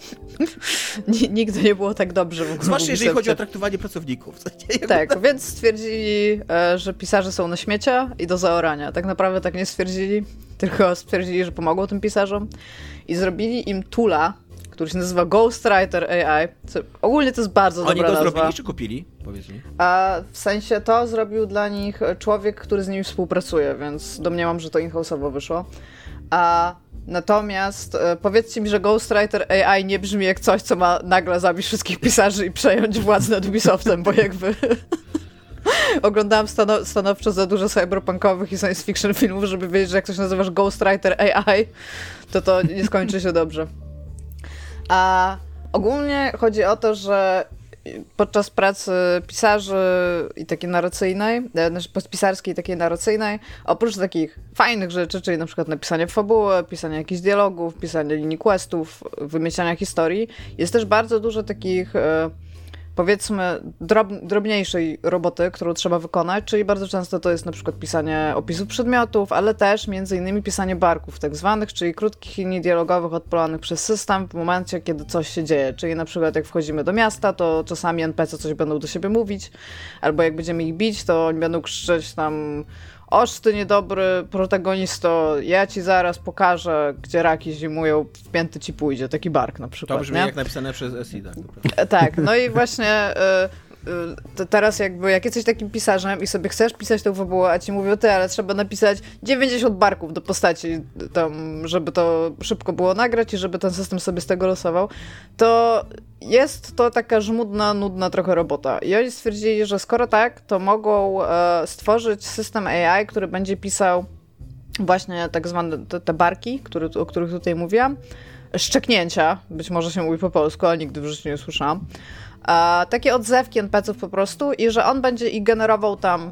N- nigdy nie było tak dobrze w ogóle. Zwłaszcza w jeżeli chodzi o Ubisoftie. traktowanie pracowników. Co nie? Jakby Tak, więc stwierdzili, e, że pisarze są na śmiecia i do zaorania. Tak naprawdę tak nie stwierdzili, tylko stwierdzili, że pomogą tym pisarzom i zrobili im toola, który się nazywa Ghostwriter A I. Co, ogólnie to jest bardzo Oni dobra go nazwa. zrobili czy kupili? Powiedz mi. A w sensie to zrobił dla nich człowiek, który z nimi współpracuje, więc domniemam, że to in-house'owo wyszło. A natomiast e, powiedzcie mi, że Ghostwriter A I nie brzmi jak coś, co ma nagle zabić wszystkich pisarzy i przejąć władzę nad Ubisoftem, bo jakby... Oglądałam stano- stanowczo za dużo cyberpunkowych i science fiction filmów, żeby wiedzieć, że jak coś nazywasz Ghostwriter A I, to to nie skończy się dobrze. A ogólnie chodzi o to, że podczas pracy pisarzy i takiej narracyjnej, znaczy postpisarskiej i takiej narracyjnej, oprócz takich fajnych rzeczy, czyli na przykład napisanie fabuły, pisanie jakichś dialogów, pisanie linii questów, wymyślania historii, jest też bardzo dużo takich e, powiedzmy drob, drobniejszej roboty, którą trzeba wykonać, czyli bardzo często to jest na przykład pisanie opisów przedmiotów, ale też między innymi pisanie barków tak zwanych, czyli krótkich linii dialogowych odpalonych przez system w momencie, kiedy coś się dzieje, czyli na przykład jak wchodzimy do miasta, to czasami en pe ce coś będą do siebie mówić, albo jak będziemy ich bić, to oni będą krzyczeć tam: oż ty niedobry protagonisto, ja ci zaraz pokażę, gdzie raki zimują, w pięty ci pójdzie, taki bark na przykład. To brzmi nie? jak napisane przez S I, tak? E, Tak, no i właśnie y, y, to teraz jakby, jak jesteś takim pisarzem i sobie chcesz pisać tą fabułę, a ci mówią, ty, ale trzeba napisać dziewięćdziesiąt barków do postaci tam, żeby to szybko było nagrać i żeby ten system sobie z tego losował, to jest to taka żmudna, nudna trochę robota. I oni stwierdzili, że skoro tak, to mogą e, stworzyć system A I, który będzie pisał właśnie tak zwane te, te barki, który, o których tutaj mówiłam, szczeknięcia, być może się mówi po polsku, ale nigdy w życiu nie słyszałam. A, takie odzewki en pe ce ów po prostu i że on będzie ich generował tam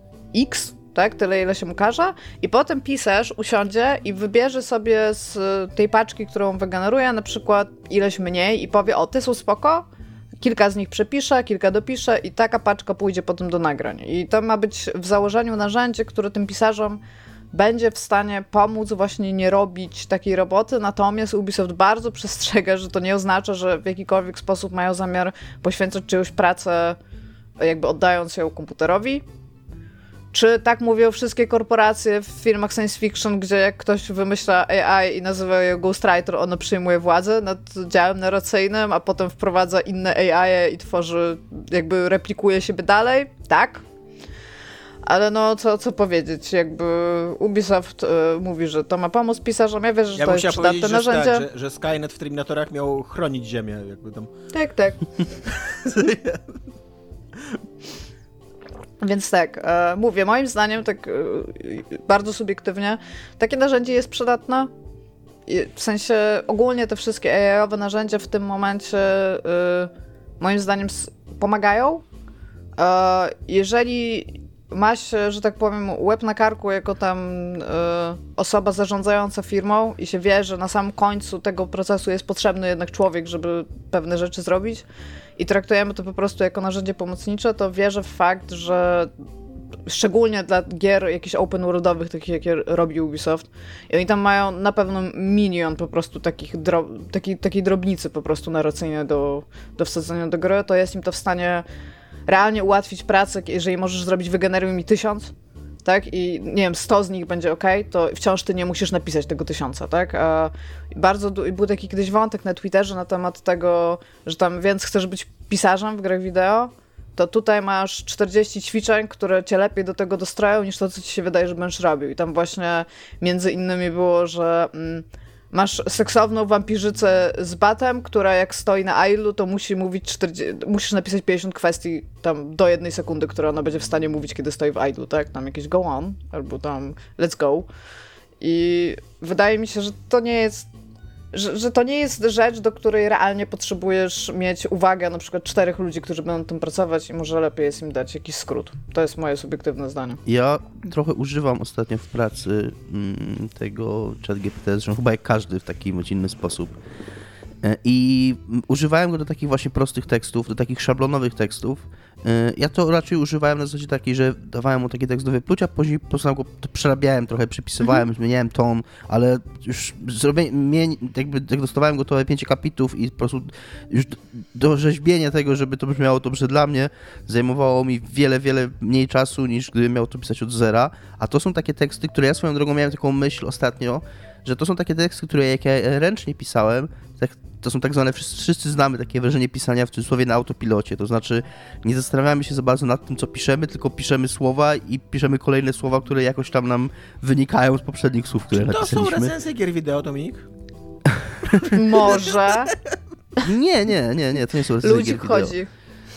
X, tak, tyle ile się mu każe i potem pisarz usiądzie i wybierze sobie z tej paczki, którą wygeneruje, na przykład ileś mniej i powie, o, te są spoko, kilka z nich przepiszę, kilka dopiszę i taka paczka pójdzie potem do nagrań. I to ma być w założeniu narzędzie, które tym pisarzom będzie w stanie pomóc właśnie nie robić takiej roboty, natomiast Ubisoft bardzo przestrzega, że to nie oznacza, że w jakikolwiek sposób mają zamiar poświęcać czyjąś pracę, jakby oddając ją komputerowi. Czy tak mówią wszystkie korporacje w filmach science fiction, gdzie jak ktoś wymyśla A I i nazywa je Ghostwriter, ono przyjmuje władzę nad działem narracyjnym, a potem wprowadza inne A I i tworzy, jakby replikuje siebie dalej? Tak. Ale no, co, co powiedzieć, jakby Ubisoft y, mówi, że to ma pomóc pisarzom, ja wierzę, że Ja to bym jest chciał przydatne powiedzieć, że, narzędzie. tak, że, że Skynet w Terminatorach miał chronić Ziemię, jakby tam... Tak, tak. Więc tak, e, mówię, moim zdaniem, tak e, bardzo subiektywnie, takie narzędzie jest przydatne. I w sensie ogólnie te wszystkie A I-owe narzędzia w tym momencie e, moim zdaniem s- pomagają. E, jeżeli masz, że tak powiem, łeb na karku jako tam y, osoba zarządzająca firmą i się wie, że na samym końcu tego procesu jest potrzebny jednak człowiek, żeby pewne rzeczy zrobić i traktujemy to po prostu jako narzędzie pomocnicze, to wierzę w fakt, że szczególnie dla gier jakichś open worldowych, takich jakie robi Ubisoft. I oni tam mają na pewno milion po prostu takich dro taki, takiej drobnicy po prostu narracyjnej do, do wsadzenia do gry, to jest im to w stanie realnie ułatwić pracę, jeżeli możesz zrobić wygeneruj mi tysiąc, tak, i nie wiem, sto z nich będzie ok, to wciąż ty nie musisz napisać tego tysiąca, tak, a bardzo był taki kiedyś wątek na Twitterze na temat tego, że tam więc chcesz być pisarzem w grach wideo, to tutaj masz czterdzieści ćwiczeń, które cię lepiej do tego dostroją, niż to, co ci się wydaje, że będziesz robił. I tam właśnie między innymi było, że mm, masz seksowną wampirzycę z batem, która jak stoi na idlu, to musi mówić czterdzieści, musisz napisać pięćdziesiąt kwestii tam do jednej sekundy, które ona będzie w stanie mówić, kiedy stoi w idlu, tak? Tam jakieś go on, albo tam let's go. I wydaje mi się, że to nie jest Że, że to nie jest rzecz, do której realnie potrzebujesz mieć uwagę na przykład czterech ludzi, którzy będą nad tym pracować i może lepiej jest im dać jakiś skrót. To jest moje subiektywne zdanie. Ja trochę używam ostatnio w pracy mm, tego ChatGPT, zresztą chyba jak każdy w taki bądź inny sposób. I używałem go do takich właśnie prostych tekstów, do takich szablonowych tekstów. Ja to raczej używałem na zasadzie takiej, że dawałem mu taki tekst do wyplucia, później po prostu go to przerabiałem trochę, przypisywałem, mm-hmm. zmieniałem ton, ale już zrobienie, jakby jak dostawałem gotowe pięć akapitów i po prostu już do, do rzeźbienia tego, żeby to brzmiało dobrze dla mnie, zajmowało mi wiele, wiele mniej czasu, niż gdybym miał to pisać od zera. A to są takie teksty, które ja swoją drogą miałem taką myśl ostatnio, że to są takie teksty, które jak ja ręcznie pisałem, tak, to są tak zwane, wszyscy, wszyscy znamy takie wrażenie pisania w cudzysłowie na autopilocie, to znaczy nie zastanawiamy się za bardzo nad tym, co piszemy, tylko piszemy słowa i piszemy kolejne słowa, które jakoś tam nam wynikają z poprzednich słów, które Czy to napisaliśmy. To są recenzje gier wideo, Dominik? Może. Nie, nie, nie, nie, to nie są recenzje Ludzi gier wideo. chodzi.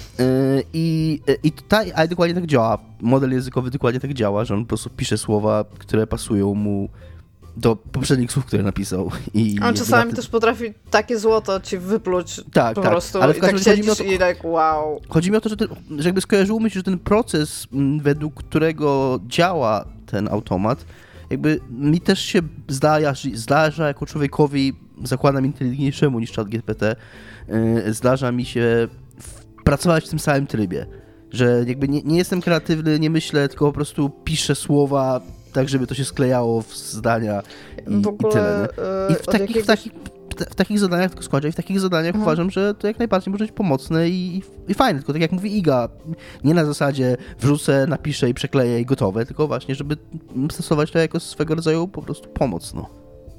I, I tutaj, ale dokładnie tak działa. Model językowy dokładnie tak działa, że on po prostu pisze słowa, które pasują mu do poprzednich słów, które napisał. I on czasami ty... też potrafi takie złoto ci wypluć tak, po tak. prostu Ale w i tak każdym siedzisz to... i tak wow. Chodzi mi o to, że, ten, że jakby skojarzyło mi się, że ten proces, według którego działa ten automat, jakby mi też się zdarza, zdarza jako człowiekowi, zakładam inteligentniejszemu niż ChatGPT, yy, zdarza mi się w, pracować w tym samym trybie. Że jakby nie, nie jestem kreatywny, nie myślę, tylko po prostu piszę słowa tak, żeby to się sklejało w zdania i, w ogóle, i tyle. Nie? I w, taki, jakiegoś... w, takich, w takich zadaniach, tylko skończę, i w takich zadaniach mhm. uważam, że to jak najbardziej może być pomocne i, i fajne. Tylko tak jak mówi Iga, nie na zasadzie wrzucę, napiszę i przekleję i gotowe, tylko właśnie, żeby stosować to jako swego rodzaju po prostu pomoc. No.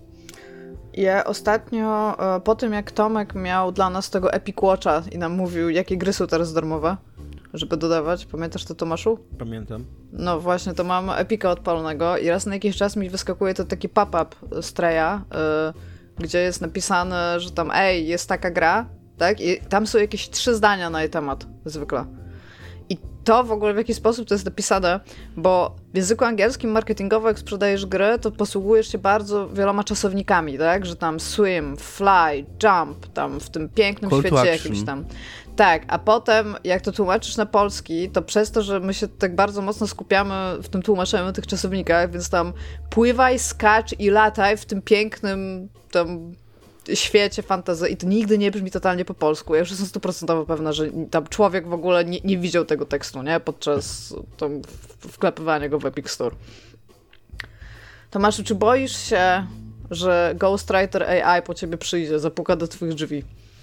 Ja ostatnio, po tym jak Tomek miał dla nas tego Epic Watcha i nam mówił, jakie gry są teraz darmowe, żeby dodawać. Pamiętasz to, Tomaszu? Pamiętam. No właśnie, to mam Epika odpalonego i raz na jakiś czas mi wyskakuje to taki pop-up z Treya, yy, gdzie jest napisane, że tam ej, jest taka gra, tak? I tam są jakieś trzy zdania na jej temat, zwykle. I to w ogóle w jaki sposób to jest napisane, bo w języku angielskim marketingowo jak sprzedajesz gry, to posługujesz się bardzo wieloma czasownikami, tak? Że tam swim, fly, jump, tam w tym pięknym Call świecie jakimś tam. Tak, a potem jak to tłumaczysz na polski, to przez to, że my się tak bardzo mocno skupiamy w tym tłumaczeniu tych czasownikach, więc tam pływaj, skacz i lataj w tym pięknym tam świecie fantasy i to nigdy nie brzmi totalnie po polsku. Ja już jestem stuprocentowo pewna, że tam człowiek w ogóle nie, nie widział tego tekstu, nie? Podczas tam wklepywania go w Epic Store. Tomaszu, czy boisz się, że Ghostwriter A I po ciebie przyjdzie, zapuka do twoich drzwi?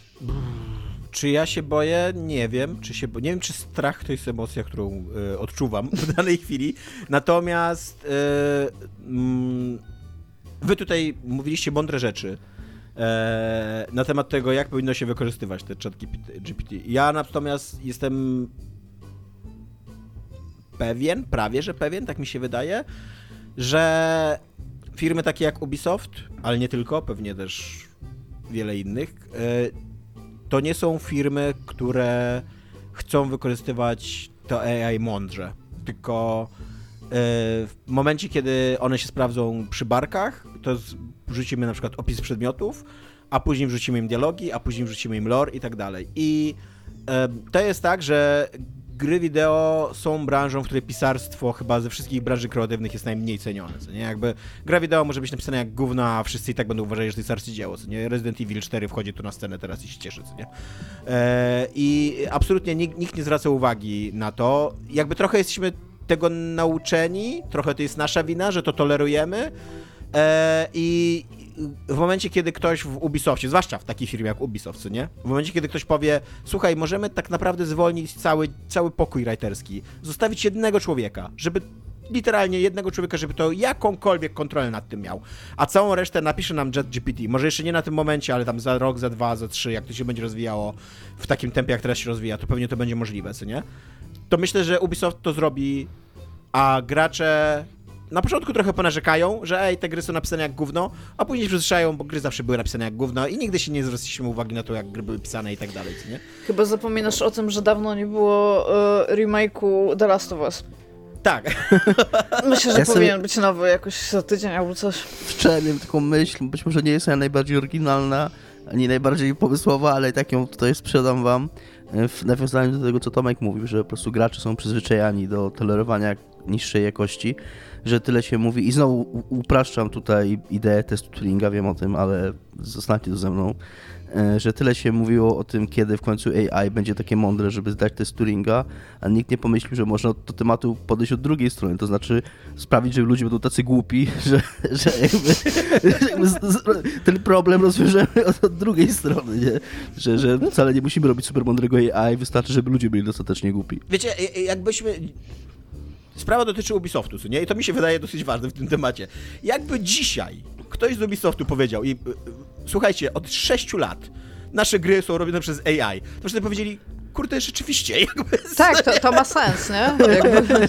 Czy ja się boję? Nie wiem. Czy się bo... Nie wiem, czy strach to jest emocja, którą y, odczuwam w danej chwili. Natomiast y, mm, wy tutaj mówiliście mądre rzeczy e, na temat tego, jak powinno się wykorzystywać te chat G P T. Ja natomiast jestem pewien, prawie że pewien, tak mi się wydaje, że firmy takie jak Ubisoft, ale nie tylko, pewnie też wiele innych, y, to nie są firmy, które chcą wykorzystywać to A I mądrze, tylko w momencie, kiedy one się sprawdzą przy barkach, to wrzucimy na przykład opis przedmiotów, a później wrzucimy im dialogi, a później wrzucimy im lore i tak dalej. I to jest tak, że gry wideo są branżą, w której pisarstwo chyba ze wszystkich branży kreatywnych jest najmniej cenione, co nie? Jakby gra wideo może być napisana jak gówno, a wszyscy i tak będą uważali, że to jest arcydzieło, co nie? Resident Evil cztery wchodzi tu na scenę teraz i się cieszy, co nie? E, I absolutnie nikt, nikt nie zwraca uwagi na to. Jakby trochę jesteśmy tego nauczeni, trochę to jest nasza wina, że to tolerujemy e, i w momencie, kiedy ktoś w Ubisoftie, zwłaszcza w takiej firmie jak Ubisoft, co nie? W momencie, kiedy ktoś powie, słuchaj, możemy tak naprawdę zwolnić cały, cały pokój writerski, zostawić jednego człowieka, żeby literalnie jednego człowieka, żeby to jakąkolwiek kontrolę nad tym miał, a całą resztę napisze nam ChatGPT. Może jeszcze nie na tym momencie, ale tam za rok, za dwa, za trzy, jak to się będzie rozwijało w takim tempie, jak teraz się rozwija, to pewnie to będzie możliwe, co nie? To myślę, że Ubisoft to zrobi, a gracze na początku trochę ponarzekają, że ej, te gry są napisane jak gówno, a później się przyzwyczają, bo gry zawsze były napisane jak gówno i nigdy się nie zwróciliśmy uwagi na to, jak gry były pisane i tak dalej, co nie? Chyba zapominasz o tym, że dawno nie było y, remake'u The Last of Us. Tak. Myślę, że Ja powinien sobie... być nowy jakoś za tydzień albo coś. Wczoraj miałem taką myśl, być może nie jest najbardziej oryginalna, ani najbardziej pomysłowa, ale tak ją tutaj sprzedam wam w nawiązaniu do tego, co Tomek mówił, że po prostu gracze są przyzwyczajani do tolerowania niższej jakości, że tyle się mówi i znowu upraszczam tutaj ideę testu Turinga, wiem o tym, ale zostańcie tu ze mną, że tyle się mówiło o tym, kiedy w końcu A I będzie takie mądre, żeby zdać test Turinga, a nikt nie pomyślił, że można do tematu podejść od drugiej strony, to znaczy sprawić, że ludzie będą tacy głupi, że, że jakby, że jakby z, z, ten problem rozwiążemy od, od drugiej strony, nie? Że, że wcale nie musimy robić super mądrego A I, wystarczy, żeby ludzie byli dostatecznie głupi. Wiecie, jakbyśmy... Sprawa dotyczy Ubisoftu, co nie? I to mi się wydaje dosyć ważne w tym temacie. Jakby dzisiaj ktoś z Ubisoftu powiedział i słuchajcie, od sześciu lat nasze gry są robione przez A I, to wszyscy powiedzieli, kurde, rzeczywiście. Jakby Tak, to, to ma sens, nie? Jakby...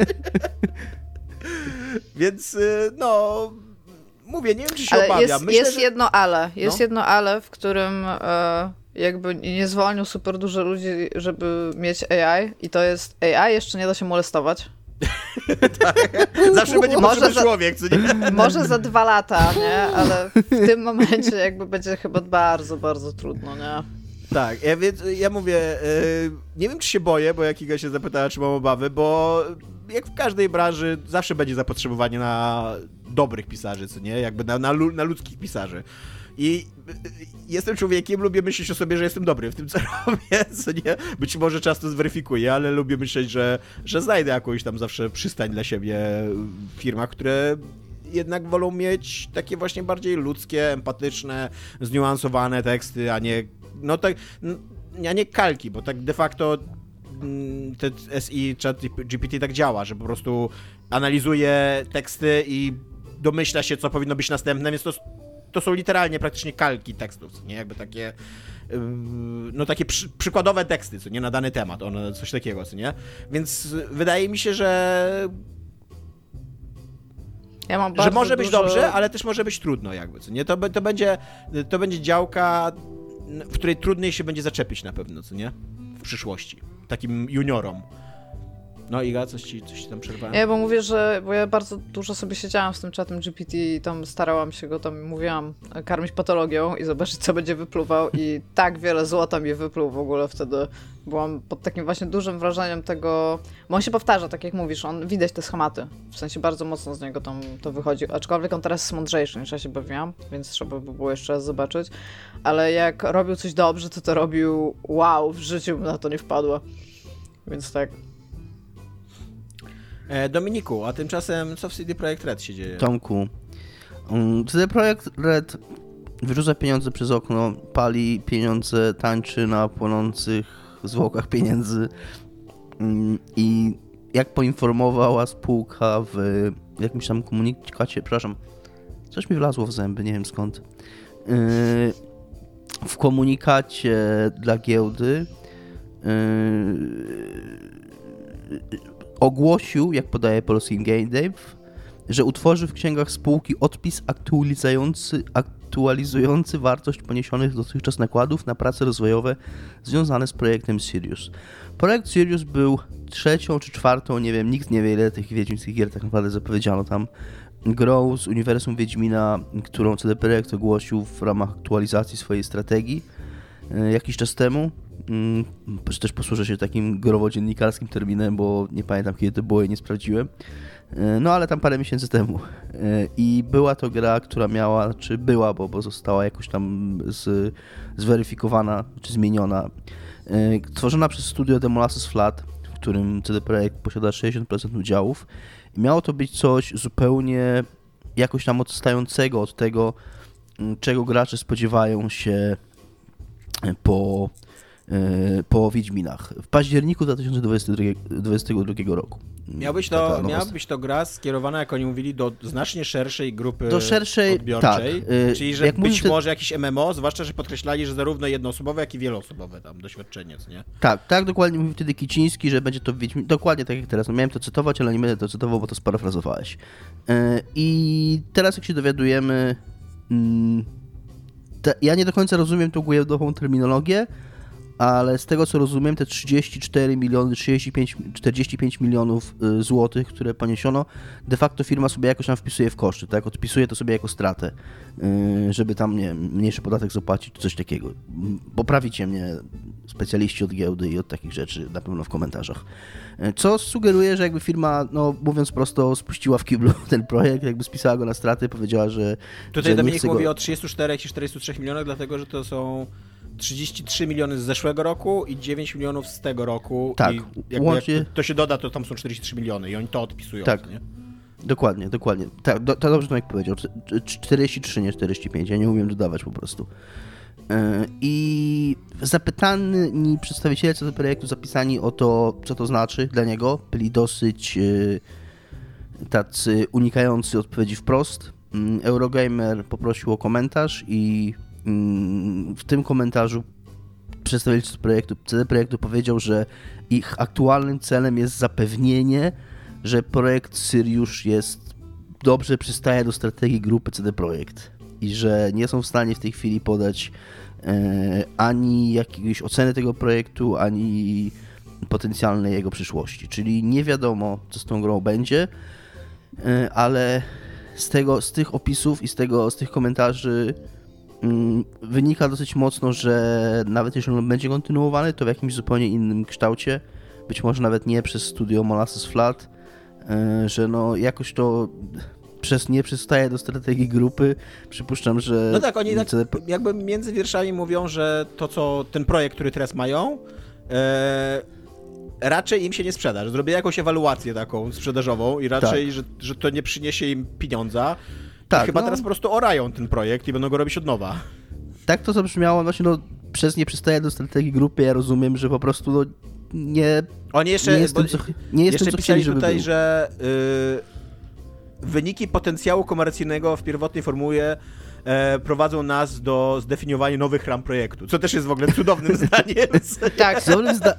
Więc, no, mówię, nie wiem, czy się ale obawiam. Jest, Myślę, jest że... jedno ale, jest no. jedno ale, w którym e, jakby nie zwolnił super dużo ludzi, żeby mieć A I i to jest A I jeszcze nie da się molestować. Tak. Zawsze będzie potrzebny za, człowiek, co nie? Może za dwa lata, nie? Ale w tym momencie jakby będzie chyba bardzo, bardzo trudno, nie? Tak, ja, więc, ja mówię, yy, nie wiem, czy się boję, bo jak Iga się zapytała, czy mam obawy, bo jak w każdej branży zawsze będzie zapotrzebowanie na dobrych pisarzy, co nie? Jakby na, na, na ludzkich pisarzy. I jestem człowiekiem, lubię myśleć o sobie, że jestem dobry w tym, co robię, co nie? Być może czas to zweryfikuję, ale lubię myśleć, że, że znajdę jakąś tam zawsze przystań dla siebie w firmach, które jednak wolą mieć takie właśnie bardziej ludzkie, empatyczne, zniuansowane teksty, a nie, no tak, a nie kalki, bo tak de facto te S I, ChatGPT tak działa, że po prostu analizuje teksty i domyśla się, co powinno być następne, więc to To są literalnie praktycznie kalki tekstów, nie? Jakby takie, yy, no takie przy, przykładowe teksty, co nie? Na dany temat, one, coś takiego, co nie? Więc wydaje mi się, że ja mam że może być dużo... dobrze, ale też może być trudno, jakby, co nie? To, to, będzie, to będzie działka, w której trudniej się będzie zaczepić na pewno, co nie? W przyszłości. Takim juniorom. No Iga, coś ci, coś ci tam przerwałem? Nie, bo mówię, że bo ja bardzo dużo sobie siedziałam z tym czatem G P T i tam starałam się go, tam mówiłam, karmić patologią i zobaczyć, co będzie wypluwał i tak wiele złota mi wypluł w ogóle wtedy. Byłam pod takim właśnie dużym wrażeniem tego, bo on się powtarza, tak jak mówisz, on widać te schematy, w sensie bardzo mocno z niego tam to wychodzi, aczkolwiek on teraz jest mądrzejszy niż ja się bawiłam, więc trzeba by było jeszcze raz zobaczyć, ale jak robił coś dobrze, to to robił wow, w życiu bym na to nie wpadła, więc tak. Dominiku, a tymczasem co w C D Projekt Red się dzieje? Tomku, um, C D Projekt Red wyrzuca pieniądze przez okno, pali pieniądze, tańczy na płonących zwłokach pieniędzy um, i jak poinformowała spółka w jakimś tam komunikacie, przepraszam, coś mi wlazło w zęby, nie wiem skąd, yy, w komunikacie dla giełdy yy, ogłosił, jak podaje polski Game Dev, że utworzy w księgach spółki odpis aktualizujący, aktualizujący wartość poniesionych dotychczas nakładów na prace rozwojowe związane z projektem Sirius. Projekt Sirius był trzecią czy czwartą, nie wiem, nikt nie wie ile tych wiedźmińskich gier tak naprawdę zapowiedziano tam, grą z uniwersum Wiedźmina, którą C D Projekt ogłosił w ramach aktualizacji swojej strategii jakiś czas temu. Mm, też posłużę się takim growo-dziennikarskim terminem, bo nie pamiętam kiedy to było i nie sprawdziłem. No ale tam parę miesięcy temu. I była to gra, która miała, czy była, bo, bo została jakoś tam z, zweryfikowana, czy zmieniona. Tworzona przez studio The Molasses Flood, w którym C D Projekt posiada sześćdziesiąt procent udziałów. I miało to być coś zupełnie jakoś tam odstającego od tego, czego gracze spodziewają się po, po Wiedźminach. W październiku dwa tysiące dwudziestego drugiego roku. Miał być to, miała być to gra skierowana, jak oni mówili, do znacznie szerszej grupy do szerszej, odbiorczej. Tak, czyli, że jak być mówię, może jakieś M M O, zwłaszcza, że podkreślali, że zarówno jednoosobowe, jak i wieloosobowe tam doświadczeniec, nie? Tak, tak, dokładnie mówił wtedy Kiciński, że będzie to Wiedźmin, dokładnie tak jak teraz. No, miałem to cytować, ale nie będę to cytował, bo to sparafrazowałeś. Yy, I teraz jak się dowiadujemy, yy, te, ja nie do końca rozumiem tą gujewdową terminologię, ale z tego co rozumiem, te trzydzieści cztery miliony, trzydzieści pięć, czterdzieści pięć milionów złotych, które poniesiono, de facto firma sobie jakoś tam wpisuje w koszty, tak? Odpisuje to sobie jako stratę, żeby tam, nie wiem, mniejszy podatek zapłacić, czy coś takiego. Poprawicie mnie specjaliści od giełdy i od takich rzeczy na pewno w komentarzach. Co sugeruje, że jakby firma, no mówiąc prosto, spuściła w kiblu ten projekt, jakby spisała go na straty, powiedziała, że... Tutaj że Dominik mówi go... o trzydziestu czterech i czterystu trzech milionach, dlatego że to są trzydzieści trzy miliony z zeszłego roku i dziewięć milionów z tego roku. Tak, i jakby łącznie... jak to, to się doda, to tam są czterdzieści trzy miliony i oni to odpisują. Tak. Nie? Dokładnie, dokładnie. Tak, do, to dobrze Tomek powiedział. czterdzieści trzy, nie czterdzieści pięć. Ja nie umiem dodawać po prostu. Yy, I zapytani przedstawiciele C D Projektu zapisani o to, co to znaczy dla niego, byli dosyć yy, tacy unikający odpowiedzi wprost. Yy, Eurogamer poprosił o komentarz i yy, w tym komentarzu przedstawiciel C D Projektu, C D Projektu powiedział, że ich aktualnym celem jest zapewnienie, że projekt Syriusz jest dobrze przystaje do strategii grupy C D Projekt i że nie są w stanie w tej chwili podać e, ani jakiejś oceny tego projektu, ani potencjalnej jego przyszłości. Czyli nie wiadomo, co z tą grą będzie, e, ale z tego, z tych opisów i z tego, z tych komentarzy mm, wynika dosyć mocno, że nawet jeżeli on będzie kontynuowany, to w jakimś zupełnie innym kształcie, być może nawet nie przez studio Molasses Flood, że no jakoś to przez, nie przystaje do strategii grupy. Przypuszczam, że... No tak, oni tak jakby między wierszami mówią, że to, co ten projekt, który teraz mają, e, raczej im się nie sprzeda, że zrobię jakąś ewaluację taką sprzedażową i raczej, tak. że, że to nie przyniesie im pieniądza. Tak, chyba no... teraz po prostu orają ten projekt i będą go robić od nowa. Tak to zabrzmiało, właśnie no przez nie przystaje do strategii grupy, ja rozumiem, że po prostu no nie... Oni jeszcze, nie jestem, co, nie jestem, jeszcze co pisali chcieli, tutaj, był. że y, wyniki potencjału komercyjnego w pierwotnej formule e, prowadzą nas do zdefiniowania nowych ram projektu, co też jest w ogóle cudownym zdaniem. Tak, cudownym zda...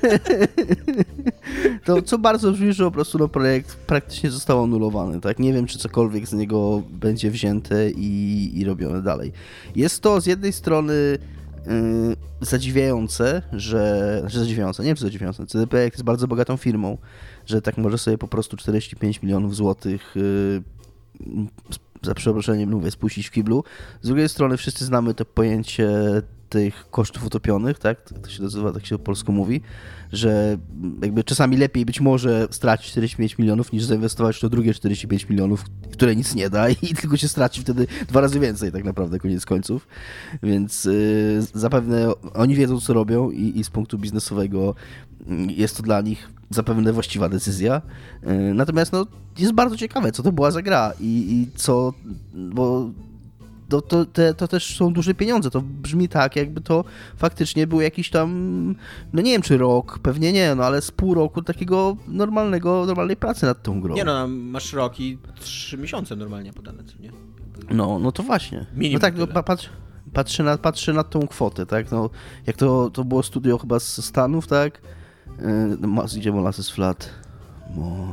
To co bardzo brzmi, że po prostu no, projekt praktycznie został anulowany, tak? Nie wiem, czy cokolwiek z niego będzie wzięte i, i robione dalej. Jest to z jednej strony Yy, zadziwiające, że, że zadziwiające, nie wiem czy zadziwiające, C D Projekt jest bardzo bogatą firmą, że tak może sobie po prostu czterdzieści pięć milionów złotych yy, za przeproszeniem mówię, spuścić w kiblu. Z drugiej strony wszyscy znamy to pojęcie tych kosztów utopionych, tak? To się nazywa, tak się po polsku mówi, że jakby czasami lepiej być może stracić czterdzieści pięć milionów niż zainwestować w to drugie czterdzieści pięć milionów, które nic nie da i tylko się straci wtedy dwa razy więcej tak naprawdę koniec końców. Więc yy, zapewne oni wiedzą co robią i, i z punktu biznesowego jest to dla nich zapewne właściwa decyzja. Yy, natomiast no, jest bardzo ciekawe, co to była za gra i, i co, bo To, to, te, to też są duże pieniądze, to brzmi tak, jakby to faktycznie był jakiś tam, no nie wiem czy rok, pewnie nie, no ale z pół roku takiego normalnego, normalnej pracy nad tą grą. Nie no, masz rok i trzy miesiące normalnie podane, co nie? No, no to właśnie. Minimum no tak, no, patrz, patrzę, na, patrzę na tą kwotę, tak, no jak to, to było studio chyba z Stanów, tak, yy, gdzie Molasses Flood, no.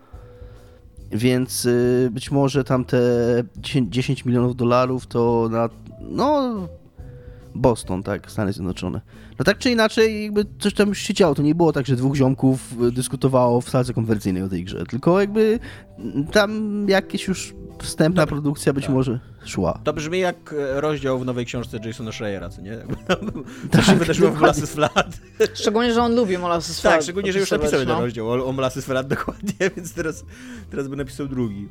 Więc y, być może tam te dziesięć milionów dolarów to na, no, Boston, tak, Stany Zjednoczone. No tak czy inaczej, jakby coś tam już się działo. To nie było tak, że dwóch ziomków dyskutowało w salce konwersyjnej o tej grze, tylko jakby tam jakieś już wstępna Dobry. produkcja być tak. może szła. To brzmi jak rozdział w nowej książce Jasona Schreiera, co nie? To się wydarzyło w Molasses Flat. Szczególnie, że on lubi Molasses Flat. Tak, szczególnie, że już napisał jeden rozdział o, o Molasses Flat dokładnie, więc teraz, teraz by napisał drugi.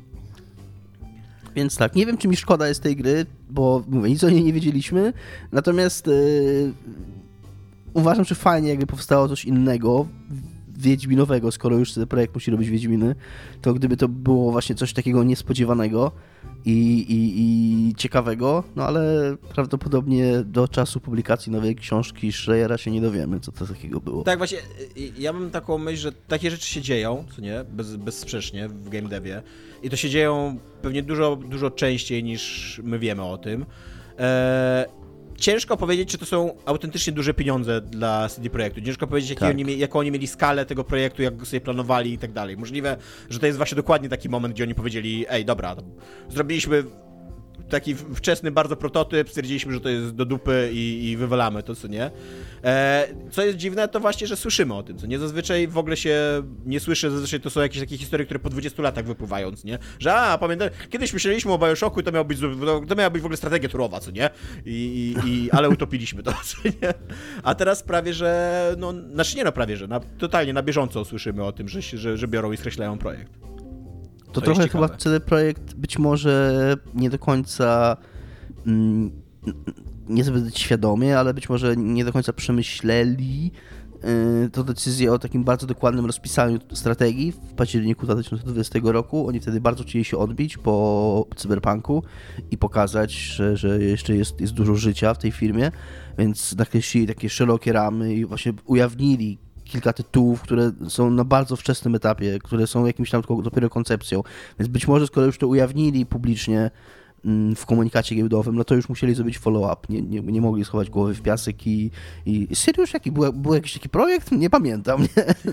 Więc tak, nie wiem, czy mi szkoda jest tej gry, bo mówię, nic o niej nie wiedzieliśmy, natomiast yy, uważam, że fajnie jakby powstało coś innego, wiedźminowego, skoro już ten projekt musi robić Wiedźminy, to gdyby to było właśnie coś takiego niespodziewanego i, i, i ciekawego, no ale prawdopodobnie do czasu publikacji nowej książki Schreiera się nie dowiemy, co to takiego było. Tak, właśnie, ja mam taką myśl, że takie rzeczy się dzieją, co nie, Bez, bezsprzecznie w game devie i to się dzieją pewnie dużo, dużo częściej niż my wiemy o tym. Eee, Ciężko powiedzieć, czy to są autentycznie duże pieniądze dla C D Projektu. Ciężko powiedzieć, jakie tak. oni, jaką oni mieli skalę tego projektu, jak go sobie planowali i tak dalej. Możliwe, że to jest właśnie dokładnie taki moment, gdzie oni powiedzieli, ej, dobra, zrobiliśmy taki wczesny bardzo prototyp, stwierdziliśmy, że to jest do dupy i, i wywalamy to, co nie. E, co jest dziwne, to właśnie, że słyszymy o tym, co nie. Zazwyczaj w ogóle się nie słyszy, zazwyczaj to są jakieś takie historie, które po dwudziestu latach wypływają, nie. Że a, pamiętam, kiedyś myśleliśmy o Bioshocku i to miała być, to miała być w ogóle strategia turowa, co nie. I, i, i, ale utopiliśmy to, co nie. A teraz prawie, że, no, znaczy nie no prawie, że na, totalnie na bieżąco słyszymy o tym, że, że, że biorą i skreślają projekt. To, to trochę chyba C D Projekt być może nie do końca mm, niezbyt świadomie, ale być może nie do końca przemyśleli yy, to decyzję o takim bardzo dokładnym rozpisaniu strategii w październiku dwa tysiące dwudziestego roku. Oni wtedy bardzo chcieli się odbić po cyberpunku i pokazać, że, że jeszcze jest, jest dużo życia w tej firmie, więc nakreślili takie szerokie ramy i właśnie ujawnili kilka tytułów, które są na bardzo wczesnym etapie, które są jakimś tam tylko dopiero koncepcją. Więc być może skoro już to ujawnili publicznie w komunikacie giełdowym, no to już musieli zrobić follow-up. Nie, nie, nie mogli schować głowy w piasek i... i serio, jaki był, był jakiś taki projekt? Nie pamiętam.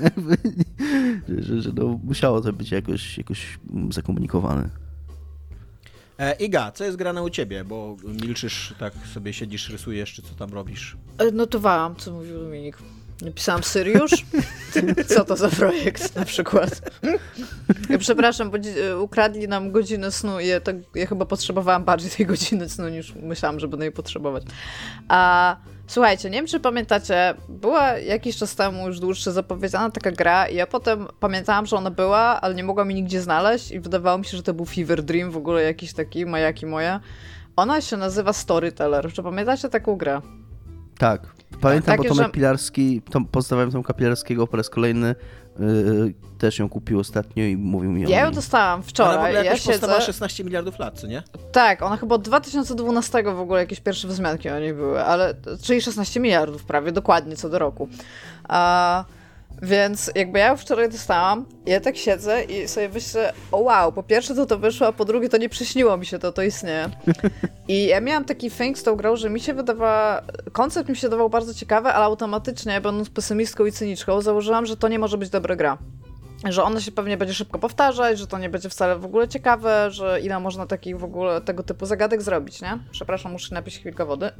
Nie? że, że no, musiało to być jakoś, jakoś zakomunikowane. E, Iga, co jest grane u ciebie? Bo milczysz, tak sobie siedzisz, rysujesz, czy co tam robisz? Notowałam, co mówił Dominik. Napisałam Syriusz? Co to za projekt na przykład? Ja przepraszam, bo ukradli nam godzinę snu i ja, tak, ja chyba potrzebowałam bardziej tej godziny snu niż myślałam, że będę jej potrzebować. A słuchajcie, nie wiem, czy pamiętacie, była jakiś czas temu już dłuższe zapowiedziana taka gra i ja potem pamiętałam, że ona była, ale nie mogłam jej nigdzie znaleźć i wydawało mi się, że to był Fever Dream, w ogóle jakiś taki majaki moja. Ona się nazywa Storyteller. Czy pamiętacie taką grę? Tak. Pamiętam, tak, bo Tomek że... Pilarski, Tom, pozdrawiam Tomka Pilarskiego po raz kolejny, yy, też ją kupił ostatnio i mówił mi o Ja ją niej. dostałam wczoraj. Ona w ogóle ja siedzę... szesnaście miliardów lat, co nie? Tak, ona chyba od dwa tysiące dwunastego w ogóle jakieś pierwsze wzmianki o niej były, ale czyli szesnaście miliardów prawie, dokładnie co do roku. A, więc jakby ja ją wczoraj dostałam, ja tak siedzę i sobie myślę, o wow, po pierwsze to to wyszło, a po drugie to nie przyśniło mi się to, to istnieje. I ja miałam taki thing z tą grą, że mi się wydawała, koncept mi się wydawał bardzo ciekawy, ale automatycznie, będąc pesymistką i cyniczką, założyłam, że to nie może być dobra gra. Że ona się pewnie będzie szybko powtarzać, że to nie będzie wcale w ogóle ciekawe, że ile można takich w ogóle tego typu zagadek zrobić, nie? Przepraszam, muszę napić chwilkę wody.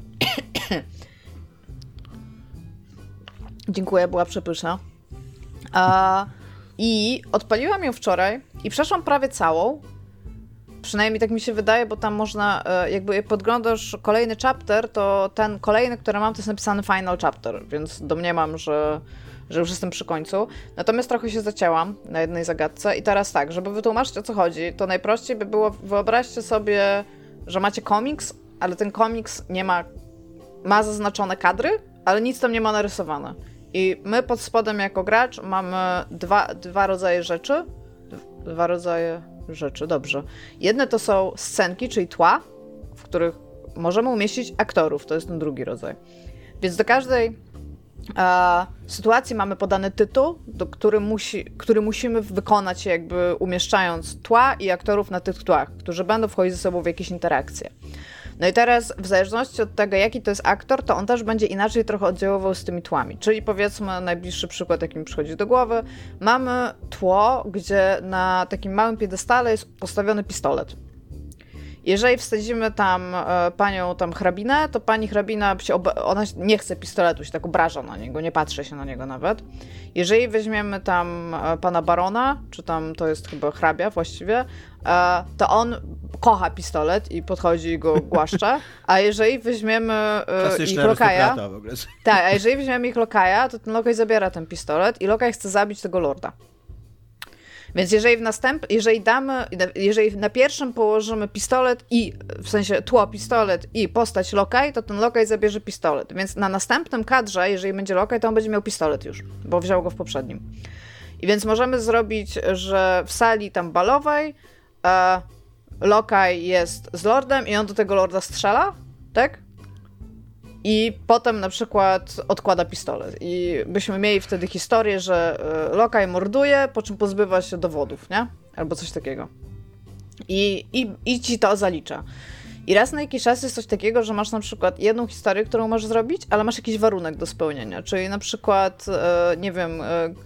Dziękuję, była przepyszna. A, I odpaliłam ją wczoraj i przeszłam prawie całą. Przynajmniej tak mi się wydaje, bo tam można, jakby jak podglądasz kolejny chapter, to ten kolejny, który mam, to jest napisany final chapter, więc domniemam, że, że już jestem przy końcu. Natomiast trochę się zacięłam na jednej zagadce i teraz tak, żeby wytłumaczyć, o co chodzi, to najprościej by było, wyobraźcie sobie, że macie komiks, ale ten komiks nie ma, ma zaznaczone kadry, ale nic tam nie ma narysowane. I my pod spodem jako gracz mamy dwa, dwa rodzaje rzeczy. Dwa rodzaje rzeczy, dobrze. Jedne to są scenki, czyli tła, w których możemy umieścić aktorów. To jest ten drugi rodzaj. Więc do każdej e, sytuacji mamy podany tytuł, do, który, musi, który musimy wykonać jakby umieszczając tła i aktorów na tych tłach, którzy będą wchodzić ze sobą w jakieś interakcje. No i teraz w zależności od tego, jaki to jest aktor, to on też będzie inaczej trochę oddziaływał z tymi tłami. Czyli powiedzmy najbliższy przykład, jaki mi przychodzi do głowy. Mamy tło, gdzie na takim małym piedestale jest postawiony pistolet. Jeżeli wsadzimy tam e, panią tam hrabinę, to pani hrabina, się ob- ona nie chce pistoletu, się tak obraża na niego, nie patrzy się na niego nawet. Jeżeli weźmiemy tam e, pana barona, czy tam to jest chyba hrabia właściwie, e, to on kocha pistolet i podchodzi i go głaszcza, a jeżeli weźmiemy e, ich lokaja, w ogóle. tak, a jeżeli weźmiemy ich lokaja, to ten lokaj zabiera ten pistolet i lokaj chce zabić tego lorda. Więc jeżeli w następ, jeżeli damy, jeżeli na pierwszym położymy pistolet i, w sensie tło pistolet i postać lokaj, to ten lokaj zabierze pistolet. Więc na następnym kadrze, jeżeli będzie lokaj, to on będzie miał pistolet już, bo wziął go w poprzednim. I więc możemy zrobić, że w sali tam balowej e, lokaj jest z lordem i on do tego lorda strzela, tak? I potem na przykład odkłada pistolet. I byśmy mieli wtedy historię, że lokaj morduje, po czym pozbywa się dowodów, nie? Albo coś takiego. I, i, i ci to zalicza. I raz na jakiś czas jest coś takiego, że masz na przykład jedną historię, którą możesz zrobić, ale masz jakiś warunek do spełnienia. Czyli na przykład, e, nie wiem, e, e,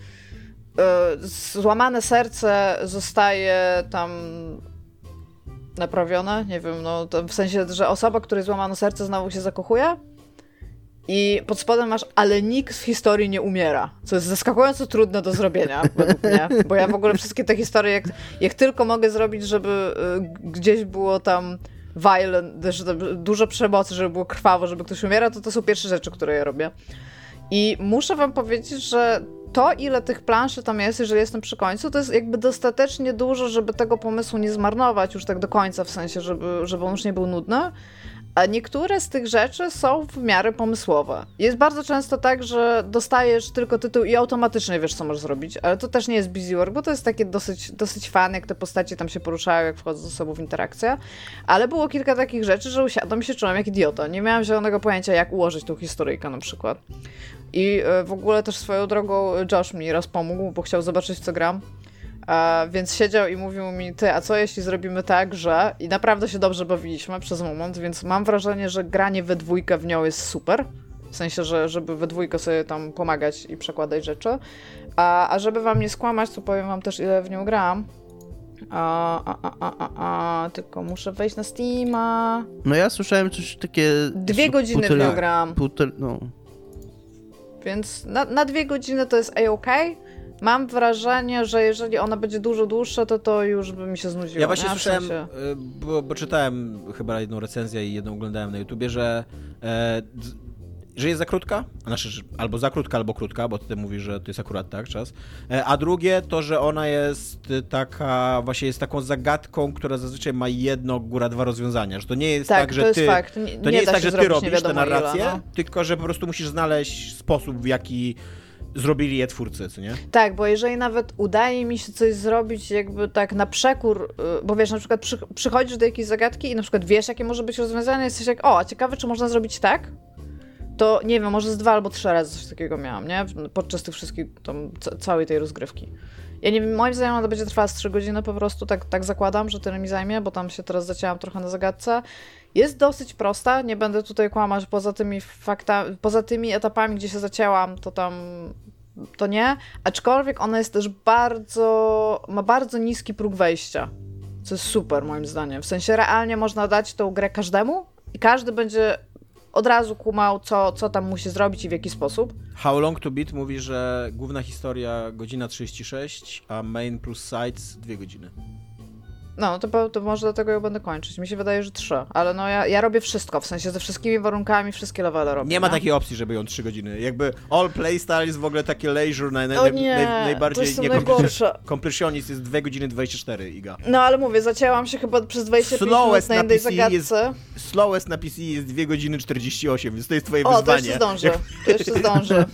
złamane serce zostaje tam naprawione, nie wiem, no to w sensie, że osoba, której złamano serce, znowu się zakochuje. I pod spodem masz, ale nikt w historii nie umiera, co jest zaskakująco trudne do zrobienia, według mnie, bo ja w ogóle wszystkie te historie, jak, jak tylko mogę zrobić, żeby y, gdzieś było tam violent, żeby dużo przemocy, żeby było krwawo, żeby ktoś umierał, to to są pierwsze rzeczy, które ja robię. I muszę wam powiedzieć, że to, ile tych planszy tam jest, jeżeli jestem przy końcu, to jest jakby dostatecznie dużo, żeby tego pomysłu nie zmarnować już tak do końca, w sensie, żeby, żeby on już nie był nudny. A niektóre z tych rzeczy są w miarę pomysłowe. Jest bardzo często tak, że dostajesz tylko tytuł i automatycznie wiesz, co możesz zrobić, ale to też nie jest busy work, bo to jest takie dosyć, dosyć fan, jak te postacie tam się poruszają, jak wchodzą ze sobą w interakcję. Ale było kilka takich rzeczy, że usiadłam i się czułam jak idiota. Nie miałam zielonego pojęcia, jak ułożyć tą historyjkę na przykład. I w ogóle też swoją drogą Josh mi raz pomógł, bo chciał zobaczyć, w co gram. Uh, więc siedział i mówił mi, ty, a co jeśli zrobimy tak, że... I naprawdę się dobrze bawiliśmy przez moment, więc mam wrażenie, że granie we dwójkę w nią jest super. W sensie, że żeby we dwójkę sobie tam pomagać i przekładać rzeczy. A, a żeby wam nie skłamać, to powiem wam też, ile w nią grałam. A, a, a, a, a, a, tylko muszę wejść na Steama. No ja słyszałem coś takie... Dwie godziny półtora, w nią grałam. Półtora, no. Więc na, na dwie godziny to jest a-okej. Mam wrażenie, że jeżeli ona będzie dużo dłuższa, to to już by mi się znudziło. Ja właśnie nie? słyszałem, w sensie... bo, bo czytałem chyba jedną recenzję i jedną oglądałem na YouTubie, że, e, że jest za krótka, znaczy albo za krótka, albo krótka, bo ty mówisz, że to jest akurat tak czas. E, a drugie to, że ona jest taka, właśnie jest taką zagadką, która zazwyczaj ma jedno, góra dwa rozwiązania, że to nie jest tak, tak, że to jest ty, fakt. Nie, to nie, nie jest tak, że ty robisz tę narrację, ile, no. tylko że po prostu musisz znaleźć sposób, w jaki zrobili je twórcy, co nie? Tak, bo jeżeli nawet udaje mi się coś zrobić jakby tak na przekór, bo wiesz, na przykład przy, przychodzisz do jakiejś zagadki i na przykład wiesz, jakie może być rozwiązanie, jesteś jak, o, a ciekawe, czy można zrobić tak? To nie wiem, może z dwa albo trzy razy coś takiego miałam, nie? Podczas tych wszystkich, tam, ca- całej tej rozgrywki. Ja nie wiem, moim zdaniem ona będzie trwała z trzy godziny po prostu, tak, tak zakładam, że tyle mi zajmie, bo tam się teraz zacięłam trochę na zagadce. Jest dosyć prosta, nie będę tutaj kłamać, poza tymi faktami, poza tymi etapami, gdzie się zacięłam, to tam to nie, aczkolwiek ona jest też bardzo, ma bardzo niski próg wejścia, co jest super moim zdaniem. W sensie realnie można dać tą grę każdemu i każdy będzie od razu kumał, co, co tam musi zrobić i w jaki sposób. How Long to Beat mówi, że główna historia godzina trzydzieści sześć, a main plus sides dwie godziny. No, to, to może dlatego ją będę kończyć. Mi się wydaje, że trzy, ale no ja, ja robię wszystko, w sensie ze wszystkimi warunkami, wszystkie levele robię. Nie ma no? takiej opcji, żeby ją trzy godziny. Jakby all playstyle jest w ogóle takie leisure, naj, naj, o nie, naj, najbardziej... to jest najgorsze. Completionist jest dwie godziny dwadzieścia cztery, Iga. No ale mówię, zacięłam się chyba przez dwadzieścia pięć minut na jednej zagadce. Jest, slowest na P C jest dwie godziny czterdzieści osiem, więc to jest twoje o, wyzwanie. O, to jeszcze zdążę, to jeszcze zdążę.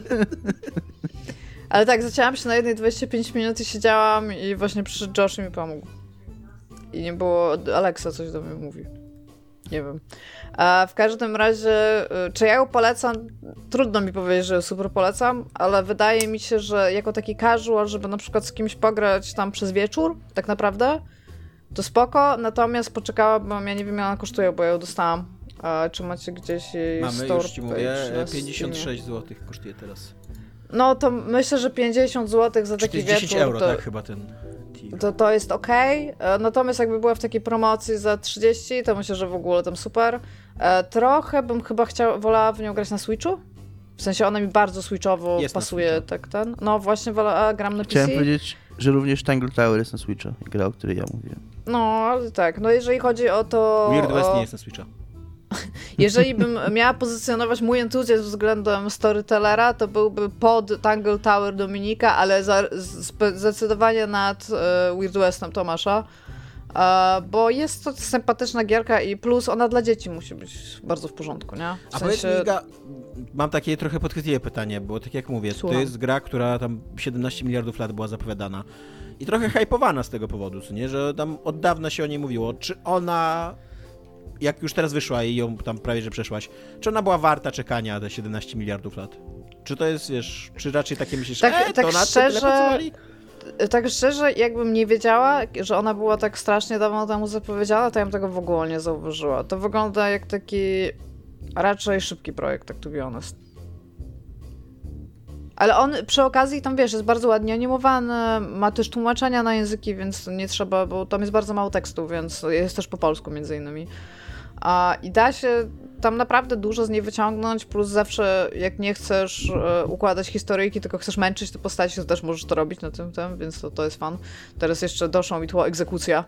Ale tak, zacięłam się na jednej dwadzieścia pięć minut i siedziałam i właśnie przyszedł Josh i mi pomógł. I nie było... Alexa coś do mnie mówi. Nie wiem. A w każdym razie, czy ja ją polecam? Trudno mi powiedzieć, że ją super polecam, ale wydaje mi się, że jako taki casual, żeby na przykład z kimś pograć tam przez wieczór, tak naprawdę, to spoko, natomiast poczekałabym, ja nie wiem, ile ona kosztuje, bo ja ją dostałam. A czy macie gdzieś jej Mamy, store już ci mówię, pięćdziesiąt sześć złotych kosztuje teraz. No to myślę, że pięćdziesiąt złotych za taki wieczór... dziesięć euro, to... tak chyba ten... to, to jest okej, okay. Natomiast jakby była w takiej promocji za trzydzieści, to myślę, że w ogóle tam super. Trochę bym chyba chciała, wolała w nią grać na Switchu. W sensie ona mi bardzo switchowo jest pasuje, tak ten. No właśnie, wolała, gram na P C. Chciałem powiedzieć, że również Tangle Tower jest na Switcha, gra, o której ja mówiłem. No, ale tak, no jeżeli chodzi o to... Weird West o... nie jest na Switcha. Jeżeli bym miała pozycjonować mój entuzjazm względem storytellera, to byłby pod Tangle Tower Dominika, ale za, zdecydowanie nad e, Weird Westem Tomasza, e, bo jest to sympatyczna gierka i plus ona dla dzieci musi być bardzo w porządku, nie? W A sensie... powiedz mi, Iga, mam takie trochę podchwytliwe pytanie, bo tak jak mówię, Słucham. to jest gra, która tam siedemnaście miliardów lat była zapowiadana i trochę hypowana z tego powodu, co nie? Że tam od dawna się o niej mówiło. Czy ona... Jak już teraz wyszła i ją tam prawie że przeszłaś, czy ona była warta czekania te siedemnaście miliardów lat? Czy to jest, wiesz, czy raczej takie myślisz, tak, e, tak to na szczerze, co tyle pracowali? Tak szczerze, jakbym nie wiedziała, że ona była tak strasznie dawno temu zapowiedziana, to ja bym tego w ogóle nie zauważyła. To wygląda jak taki raczej szybki projekt, tak to be honest. Ale on przy okazji tam, wiesz, jest bardzo ładnie animowany, ma też tłumaczenia na języki, więc nie trzeba, bo tam jest bardzo mało tekstu, więc jest też po polsku między innymi. A, i da się tam naprawdę dużo z niej wyciągnąć, plus zawsze jak nie chcesz e, układać historyjki, tylko chcesz męczyć te postaci, to też możesz to robić na tym, tym więc to, to jest fan. Teraz jeszcze doszło mi tło egzekucja,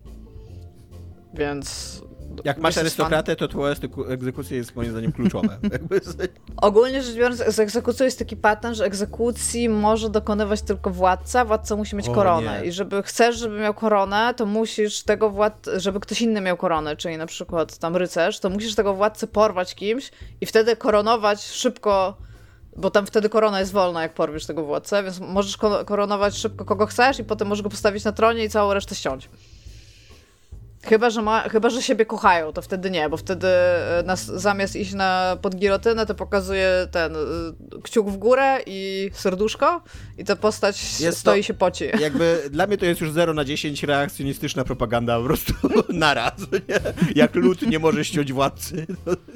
więc... Jak masz arystokratę, to twoja egzekucja jest moim zdaniem kluczowe. Ogólnie rzecz biorąc, z egzekucją jest taki pattern, że egzekucji może dokonywać tylko władca, władca musi mieć o, koronę nie. I żeby chcesz, żeby miał koronę, to musisz tego władcę, żeby ktoś inny miał koronę, czyli na przykład tam rycerz, to musisz tego władcę porwać kimś i wtedy koronować szybko, bo tam wtedy korona jest wolna, jak porwiesz tego władcę, więc możesz koronować szybko kogo chcesz i potem możesz go postawić na tronie i całą resztę ściąć. Chyba że, ma, chyba, że siebie kochają, to wtedy nie, bo wtedy nas, zamiast iść na pod gilotynę, to pokazuje ten kciuk w górę i serduszko i ta postać jest stoi to, się poci. Jakby dla mnie to jest już zero na dziesięć reakcjonistyczna propaganda po prostu naraz, nie? Jak lud nie może ściąć władcy.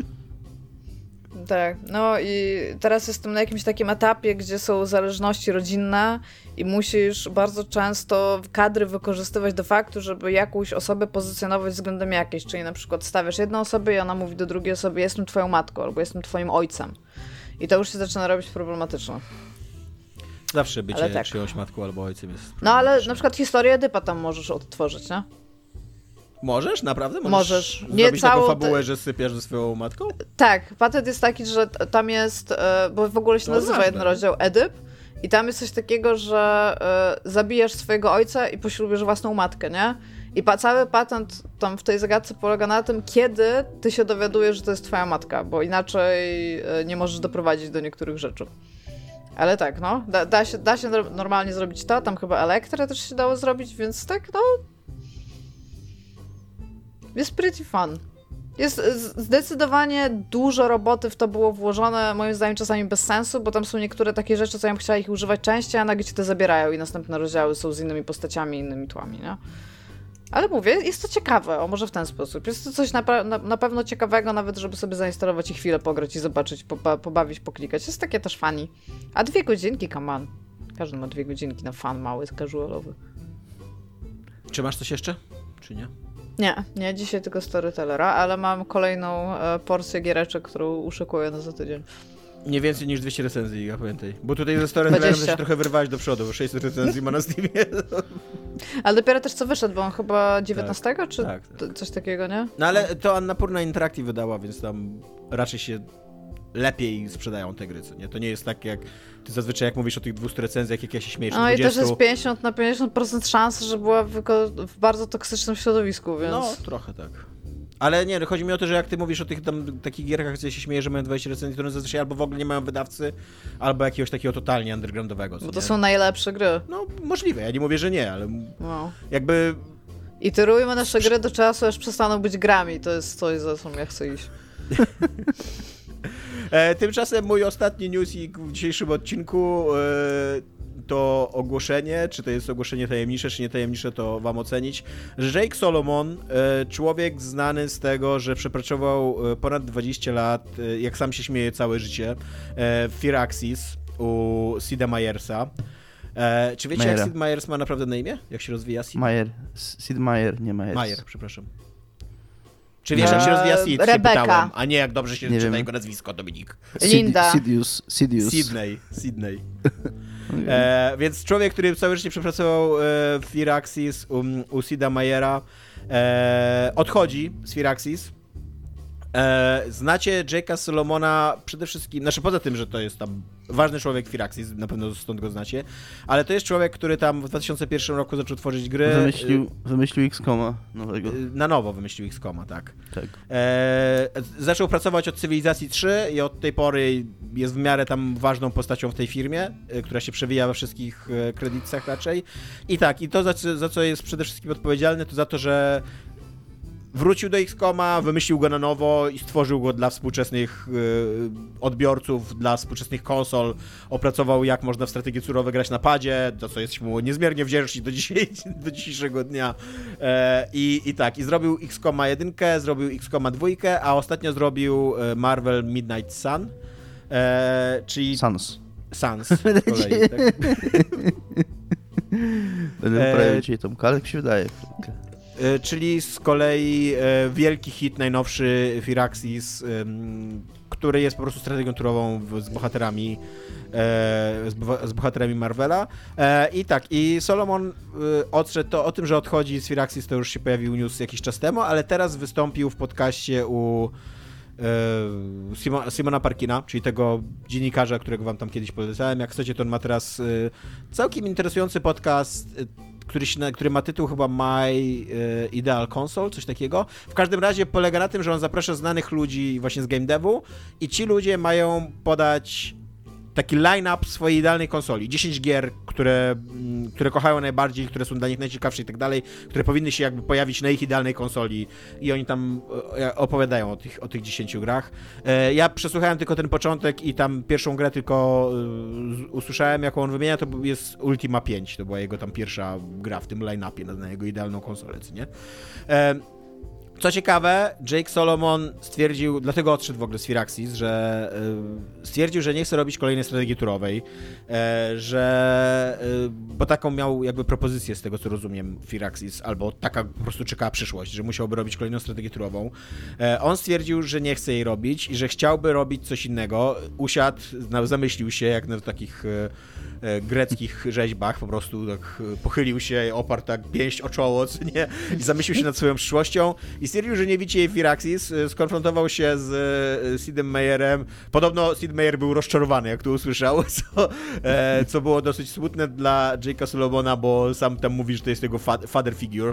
Tak, no i teraz jestem na jakimś takim etapie, gdzie są zależności rodzinne i musisz bardzo często kadry wykorzystywać do faktu, żeby jakąś osobę pozycjonować względem jakiejś, czyli na przykład stawiasz jedną osobę i ona mówi do drugiej osoby, jestem twoją matką albo jestem twoim ojcem. I to już się zaczyna robić problematyczne. Zawsze bycie tak. czyjąś matką albo ojcem jest No ale na przykład historię Edypa tam możesz odtworzyć, nie? Możesz? Naprawdę? Możesz, Możesz. Nie zrobić całą taką fabułę, że sypiasz ze swoją matką? Tak. Patent jest taki, że tam jest, bo w ogóle się no nazywa ważne. jeden rozdział Edyp i tam jest coś takiego, że y, zabijasz swojego ojca i poślubisz własną matkę, nie? I pa, cały patent tam w tej zagadce polega na tym, kiedy ty się dowiadujesz, że to jest twoja matka, bo inaczej y, nie możesz doprowadzić do niektórych rzeczy. Ale tak, no. Da, da, się, da się normalnie zrobić to. Tam chyba Elektrę też się dało zrobić, więc tak, no... Jest pretty fun. Jest zdecydowanie dużo roboty w to było włożone, moim zdaniem czasami bez sensu, bo tam są niektóre takie rzeczy, co ja bym chciała ich używać częściej, a nagle ci to zabierają i następne rozdziały są z innymi postaciami, innymi tłami, nie? Ale mówię, jest to ciekawe, o może w ten sposób. Jest to coś na, na, na pewno ciekawego, nawet żeby sobie zainstalować i chwilę pograć i zobaczyć, po, pobawić, poklikać. Jest takie też funny. A dwie godzinki, come on. Każdy ma dwie godzinki na fun mały, casualowy. Czy masz coś jeszcze? Czy nie? Nie, nie, dzisiaj tylko Storytellera, ale mam kolejną e, porcję giereczek, którą uszykuję na za tydzień. Nie więcej niż dwieście recenzji, ja pamiętaj. Bo tutaj ze Storytellerem się trochę wyrwałeś do przodu, bo sześćset recenzji ma na Steamie. Ale dopiero też co wyszedł, bo on chyba dziewiętnastego, tak, czy tak, tak. coś takiego, nie? No ale to Annapurna Interactive wydała, więc tam raczej się lepiej sprzedają te gry, co nie? To nie jest tak jak ty zazwyczaj jak mówisz o tych dwustu recenzjach, jak ja się śmiejesz. No dwudziestu... i też jest pięćdziesiąt na pięćdziesiąt procent szans, że była w, w bardzo toksycznym środowisku, więc... No, trochę tak. Ale nie, chodzi mi o to, że jak ty mówisz o tych tam takich gierkach, gdzie się śmieje, że mają dwadzieścia recenzji, które zazwyczaj albo w ogóle nie mają wydawcy, albo jakiegoś takiego totalnie undergroundowego. Bo to nie? są najlepsze gry. No, możliwe, ja nie mówię, że nie, ale no. jakby... Iterujmy nasze gry do czasu, aż przestaną być grami, to jest coś, za co ja chcę iść. E, tymczasem mój ostatni newsik w dzisiejszym odcinku e, to ogłoszenie, czy to jest ogłoszenie tajemnicze, czy nie tajemnicze, to wam ocenić, że Jake Solomon, e, człowiek znany z tego, że przepracował ponad dwadzieścia lat, e, jak sam się śmieje, całe życie, e, w Firaxis u Sida Meiersa, E, czy wiecie, Mayera. jak Sid Meier's ma naprawdę na imię? Jak się rozwija Sid? Meyer. Sid Meier, nie Meyers. Meyer, przepraszam. Czy wiesz, jak się rozwija Sid? Się Rebecca. pytałem, a nie jak dobrze się Nie czyta wiem. jego nazwisko, Dominik. Linda. Sidious. Sidious. Sydney. Sydney. E, więc człowiek, który całe życie przepracował e, w Firaxis u, u Sida Meiera, e, odchodzi z Firaxis. E, znacie Jake'a Solomona przede wszystkim, znaczy poza tym, że to jest tam ważny człowiek Firaxis, na pewno stąd go znacie, ale to jest człowiek, który tam w dwa tysiące pierwszym roku zaczął tworzyć gry. Wymyślił, wymyślił X-Koma nowego. Na nowo wymyślił X-Koma, tak. Tak. E, zaczął pracować od Cywilizacji trzy i od tej pory jest w miarę tam ważną postacią w tej firmie, e, która się przewija we wszystkich e, kredytach raczej. I tak, i to za, co- za co jest przede wszystkim odpowiedzialny, to za to, że wrócił do X-Koma, wymyślił go na nowo i stworzył go dla współczesnych e, odbiorców, dla współczesnych konsol. Opracował, jak można w strategie surowe grać na padzie, za co jesteśmy mu niezmiernie wdzięczni do, dzisiaj, do dzisiejszego dnia. E, i, I tak, i zrobił X-Koma jeden, zrobił X-Koma dwa, a ostatnio zrobił e, Marvel Midnight Sun, e, czyli Sans. Sans z kolei. Tak? Będę E, poprawiał dzisiaj tą kalę, jak mi się wydaje. E, czyli z kolei e, wielki hit, najnowszy Firaxis, em, który jest po prostu strategią turową w, z bohaterami e, z, bo- z bohaterami Marvela. E, I tak, i Solomon e, odszedł, to o tym, że odchodzi z Firaxis, to już się pojawił news jakiś czas temu, ale teraz wystąpił w podcaście u e, Simo- Simona Parkina, czyli tego dziennikarza, którego wam tam kiedyś polecałem. Jak chcecie, to on ma teraz e, całkiem interesujący podcast, e, który, się, na- który ma tytuł chyba My e, Ideal Console, coś takiego. W każdym razie polega na tym, że on zaprasza znanych ludzi właśnie z game devu i ci ludzie mają podać taki line-up swojej idealnej konsoli. dziesięć gier, które, mm, które kochają najbardziej, które są dla nich najciekawsze i tak dalej, które powinny się jakby pojawić na ich idealnej konsoli i oni tam e, opowiadają o tych, o tych dziesięciu grach. E, Ja przesłuchałem tylko ten początek i tam pierwszą grę tylko e, z- usłyszałem, jaką on wymienia, to był- jest Ultima pięć, to była jego tam pierwsza gra w tym line-upie na, na jego idealną konsolę, co nie? E, Co ciekawe, Jake Solomon stwierdził, dlatego odszedł w ogóle z Firaxis, że y, stwierdził, że nie chce robić kolejnej strategii turowej, e, że y, bo taką miał jakby propozycję z tego, co rozumiem, Firaxis, albo taka po prostu czekała przyszłość, że musiałby robić kolejną strategię turową. E, on stwierdził, że nie chce jej robić i że chciałby robić coś innego. Usiadł, na- zamyślił się, jak na takich e, e, greckich rzeźbach, po prostu tak e, pochylił się, oparł tak pięść o czoło, co nie, i zamyślił się nad swoją przyszłością i stwierdził, że nie widzi jej Firaxis, e, skonfrontował się z e, Sidem Meierem. Podobno Sid Meier był rozczarowany, jak to usłyszał, co, e, co było dosyć smutne dla Jake'a Solomona, bo sam tam mówi, że to jest jego fa- father figure.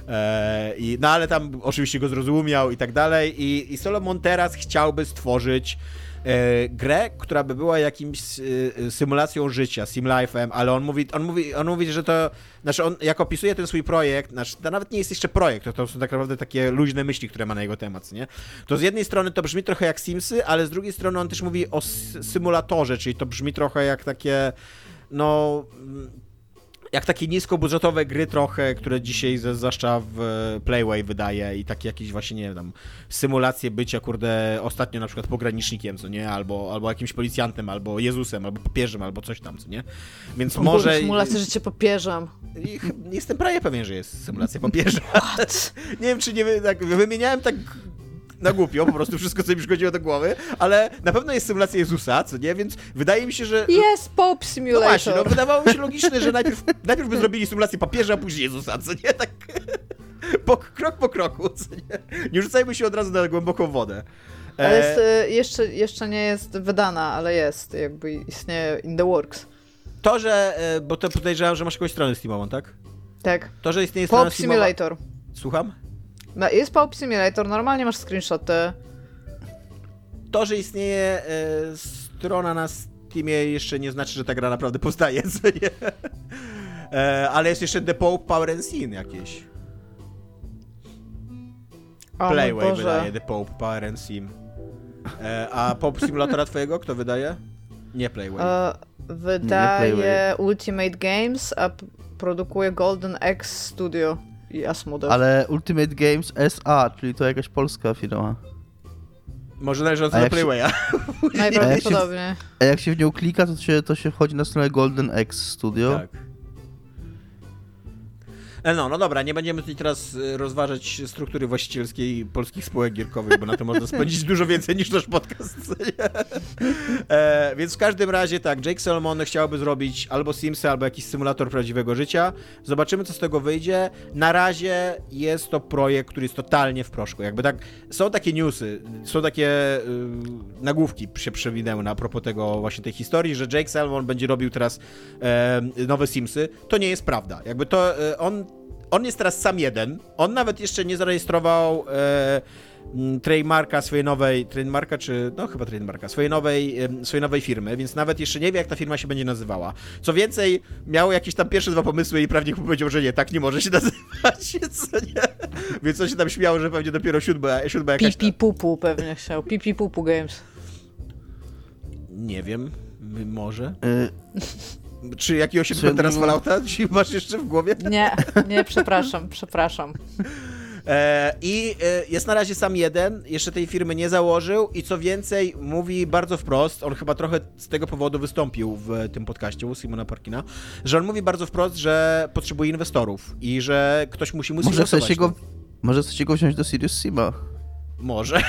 E, i, no ale tam oczywiście go zrozumiał i tak dalej. I, i Solomon teraz chciałby stworzyć e, grę, która by była jakimś e, symulacją życia, simlife'em, ale on mówi, on mówi, on mówi, że to, znaczy on jak opisuje ten swój projekt, znaczy to nawet nie jest jeszcze projekt, to, to są tak naprawdę takie luźne myśli, które ma na jego temat, nie? To z jednej strony to brzmi trochę jak Simsy, ale z drugiej strony on też mówi o s- symulatorze, czyli to brzmi trochę jak takie, no... jak takie niskobudżetowe gry trochę, które dzisiaj z- zwłaszcza w Playway wydaje i takie jakieś właśnie, nie wiem, tam symulacje bycia, kurde, ostatnio na przykład pogranicznikiem, co nie, albo, albo jakimś policjantem, albo Jezusem, albo papieżem, albo coś tam, co nie. Więc O, może... Symulacja życia papieżem. I ch- Jestem prawie pewien, że jest symulacja papieża. Nie wiem, czy nie wy- tak, wymieniałem tak na głupio, po prostu wszystko, co mi przychodziło do głowy, ale na pewno jest symulacja Jezusa, co nie, więc wydaje mi się, że... Jest Pope No Simulator. właśnie, no wydawało mi się logiczne, że najpierw, najpierw by zrobili symulację papieża, a później Jezusa, co nie? Tak po, krok po kroku, co nie? Nie rzucajmy się od razu na głęboką wodę. E, Ale jest, y, jeszcze, jeszcze nie jest wydana, ale jest, jakby istnieje in the works. To, że... e, Bo to podejrzewam, że masz jakąś stronę Steamową, tak? Tak. To, że istnieje strona Pope Steamowa... Simulator. Słucham? No, jest Pope Simulator, normalnie masz screenshoty. To, że istnieje e, strona na Steamie jeszcze nie znaczy, że ta gra naprawdę powstaje, co nie? E, ale jest jeszcze The Pope Power and Sin jakieś. O mój Playway Boże. wydaje The Pope Power and Sim. E, a Pope Simulatora twojego kto wydaje? Nie Playway. E, wydaje Playway. Ultimate Games, a p- produkuje Golden X Studio i Asmodee. Ale Ultimate Games S A, czyli to jakaś polska firma. Może należące do Playwaya. Najprawdopodobniej. A jak się w nią klika, to się, to się wchodzi na stronę Golden X Studio. Tak. No, no dobra, nie będziemy tutaj teraz rozważać struktury właścicielskiej polskich spółek gierkowych, bo na to można spędzić dużo więcej niż nasz podcast. e, więc w każdym razie tak, Jake Solomon chciałby zrobić albo Simsy, albo jakiś symulator prawdziwego życia. Zobaczymy, co z tego wyjdzie. Na razie jest to projekt, który jest totalnie w proszku. Jakby tak, są takie newsy, są takie y, nagłówki się przewinęły na propos tego właśnie tej historii, że Jake Solomon będzie robił teraz e, nowe Simsy. To nie jest prawda. Jakby to e, on On jest teraz sam jeden. On nawet jeszcze nie zarejestrował e, trademarka swojej nowej, trademarka czy, no chyba trademarka, swojej nowej, e, swojej nowej firmy, więc nawet jeszcze nie wie, jak ta firma się będzie nazywała. Co więcej, miał jakieś tam pierwsze dwa pomysły i prawnik mu powiedział, że nie, tak nie może się nazywać, co nie? Więc on się tam śmiało, że pewnie dopiero siódma, siódma jakaś Pipi Pupu pewnie chciał. Pipi Pupu Games. Nie wiem, może. Y- Czy jakiegoś się teraz Fallouta masz jeszcze w głowie? Nie, nie, przepraszam, przepraszam. E, I e, jest na razie sam jeden, jeszcze tej firmy nie założył i co więcej mówi bardzo wprost, on chyba trochę z tego powodu wystąpił w tym podcaście u Simona Parkina, że on mówi bardzo wprost, że potrzebuje inwestorów i że ktoś musi mu Może chcecie go, może chcecie go wziąć do Serious Sima? Może.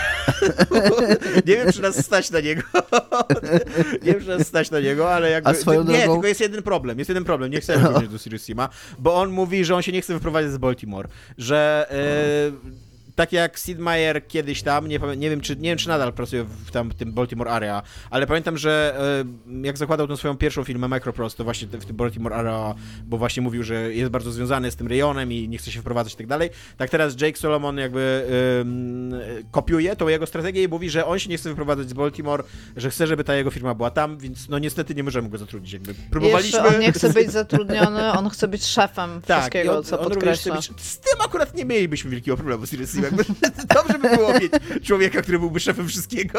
Nie wiem, czy nas stać na niego. Nie wiem, czy nas stać na niego, ale jakby... A swoją nie, drogą... tylko jest jeden problem. Jest jeden problem. Nie chcemy wziąć do Serious Sima, bo on mówi, że on się nie chce wyprowadzać z Baltimore. Że... E, tak jak Sid Meier kiedyś tam, nie, nie wiem, czy, nie wiem, czy nadal pracuje w tam, tym Baltimore Area, ale pamiętam, że e, jak zakładał tą swoją pierwszą firmę Microprose, to właśnie w tym Baltimore Area, bo właśnie mówił, że jest bardzo związany z tym rejonem i nie chce się wprowadzać i tak dalej. Tak teraz Jake Solomon jakby e, kopiuje tą jego strategię i mówi, że on się nie chce wyprowadzać z Baltimore, że chce, żeby ta jego firma była tam, więc no niestety nie możemy go zatrudnić. Jakby próbowaliśmy... Jeszcze on nie chce być zatrudniony, on chce być szefem tak, wszystkiego, on, co on podkreśla. Być, z tym akurat nie mielibyśmy wielkiego problemu z Serious Jakby, dobrze by było mieć człowieka, który byłby szefem wszystkiego.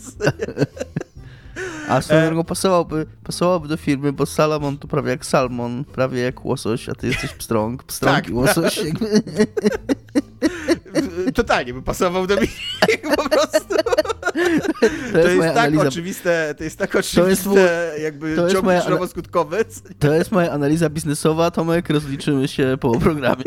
A swoją drogą pasowałoby, pasowałoby do firmy, bo Salomon to prawie jak salmon, prawie jak łosoś, a ty jesteś pstrąg, pstrąg tak, i łosoś. Jakby. Totalnie by pasował do mnie po prostu. To, to jest, jest tak analiza... oczywiste, to jest tak oczywiste, to jest mój... jakby ciąg przyczynowo-skutkowy. To jest moja analiza biznesowa, Tomek, rozliczymy się po programie.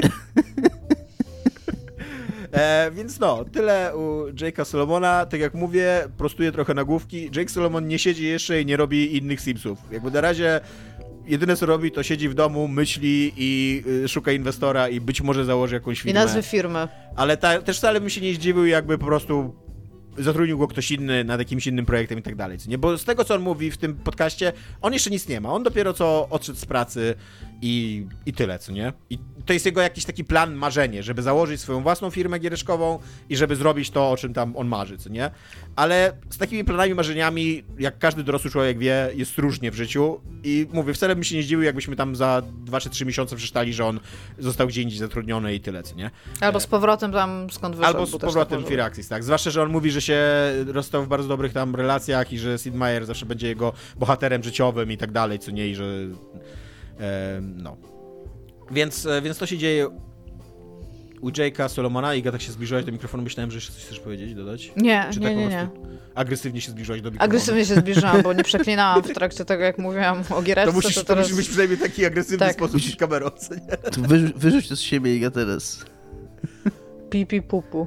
E, więc no, tyle u Jake'a Solomona. Tak jak mówię, prostuje trochę nagłówki. Jake Solomon nie siedzi jeszcze i nie robi innych Simsów. Jakby na razie jedyne co robi, to siedzi w domu, myśli i y, szuka inwestora i być może założy jakąś firmę. I nazwy firmy. Ale ta, też wcale bym się nie zdziwił, jakby po prostu zatrudnił go ktoś inny nad jakimś innym projektem i tak dalej, nie? Bo z tego, co on mówi w tym podcaście, on jeszcze nic nie ma. On dopiero co odszedł z pracy i, i tyle, co nie? I to jest jego jakiś taki plan, marzenie, żeby założyć swoją własną firmę giereczkową i żeby zrobić to, o czym tam on marzy, co nie? Ale z takimi planami, marzeniami, jak każdy dorosły człowiek wie, jest różnie w życiu i mówię, wcale bym się nie zdziwił, jakbyśmy tam za dwa czy trzy miesiące przeczytali, że on został gdzie indziej zatrudniony i tyle, co nie? Albo z powrotem tam, skąd wyszedł. Albo z powrotem w Firaxis, tak. Zwłaszcza, że on mówi, że się rozstał w bardzo dobrych tam relacjach i że Sid Meier zawsze będzie jego bohaterem życiowym i tak dalej, co nie, i że e, no. Więc, więc to się dzieje u Jake'a Solomona. Iga, tak się zbliżyłaś do mikrofonu, myślałem, że jeszcze coś chcesz powiedzieć, dodać? Nie, Czy nie, tak nie, po nie. Agresywnie się zbliżyłaś do mikrofonu? Agresywnie się zbliżyłam, bo nie przeklinałam w trakcie tego, jak mówiłam o giereczce. To musisz, to, to teraz... musisz być przynajmniej taki agresywny tak. sposób z kamerą. To wyrzuć, wyrzuć to z siebie, Iga, teraz. Pipi pupu.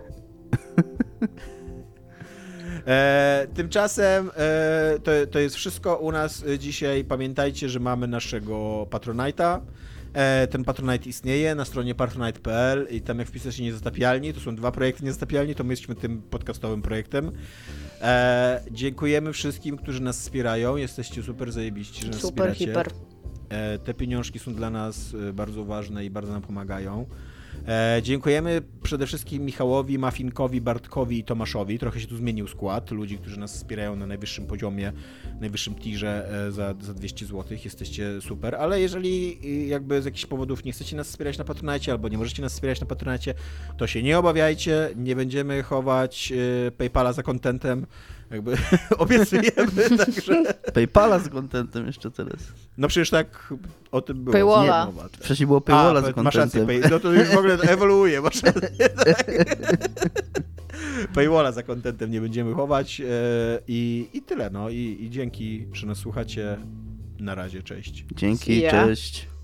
E, tymczasem e, to, to jest wszystko u nas dzisiaj. Pamiętajcie, że mamy naszego Patronite'a. E, ten Patronite istnieje na stronie patronite kropka p l i tam jak wpisać Niezatapialni, to są dwa projekty Niezatapialni, to my jesteśmy tym podcastowym projektem. E, dziękujemy wszystkim, którzy nas wspierają. Jesteście super zajebiści, że nas super, wspieracie. hiper. E, te pieniążki są dla nas bardzo ważne i bardzo nam pomagają. E, dziękujemy przede wszystkim Michałowi, Mafinkowi, Bartkowi i Tomaszowi. Trochę się tu zmienił skład ludzi, którzy nas wspierają na najwyższym poziomie, najwyższym tirze e, za, za dwieście złotych. Jesteście super, ale jeżeli jakby z jakichś powodów nie chcecie nas wspierać na Patronite albo nie możecie nas wspierać na Patronite, to się nie obawiajcie, nie będziemy chować e, PayPala za kontentem. Jakby obiecujemy, także... PayPala z kontentem jeszcze teraz. No przecież tak o tym było. Paywalla. Wcześniej było Paywalla z kontentem. Masz rację, pay... no to już w ogóle ewoluuje, masz rację, tak. paywalla za kontentem nie będziemy chować e, i, i tyle, no. I, i dzięki, że nas słuchacie. Na razie, cześć. Dzięki, Yeah. cześć.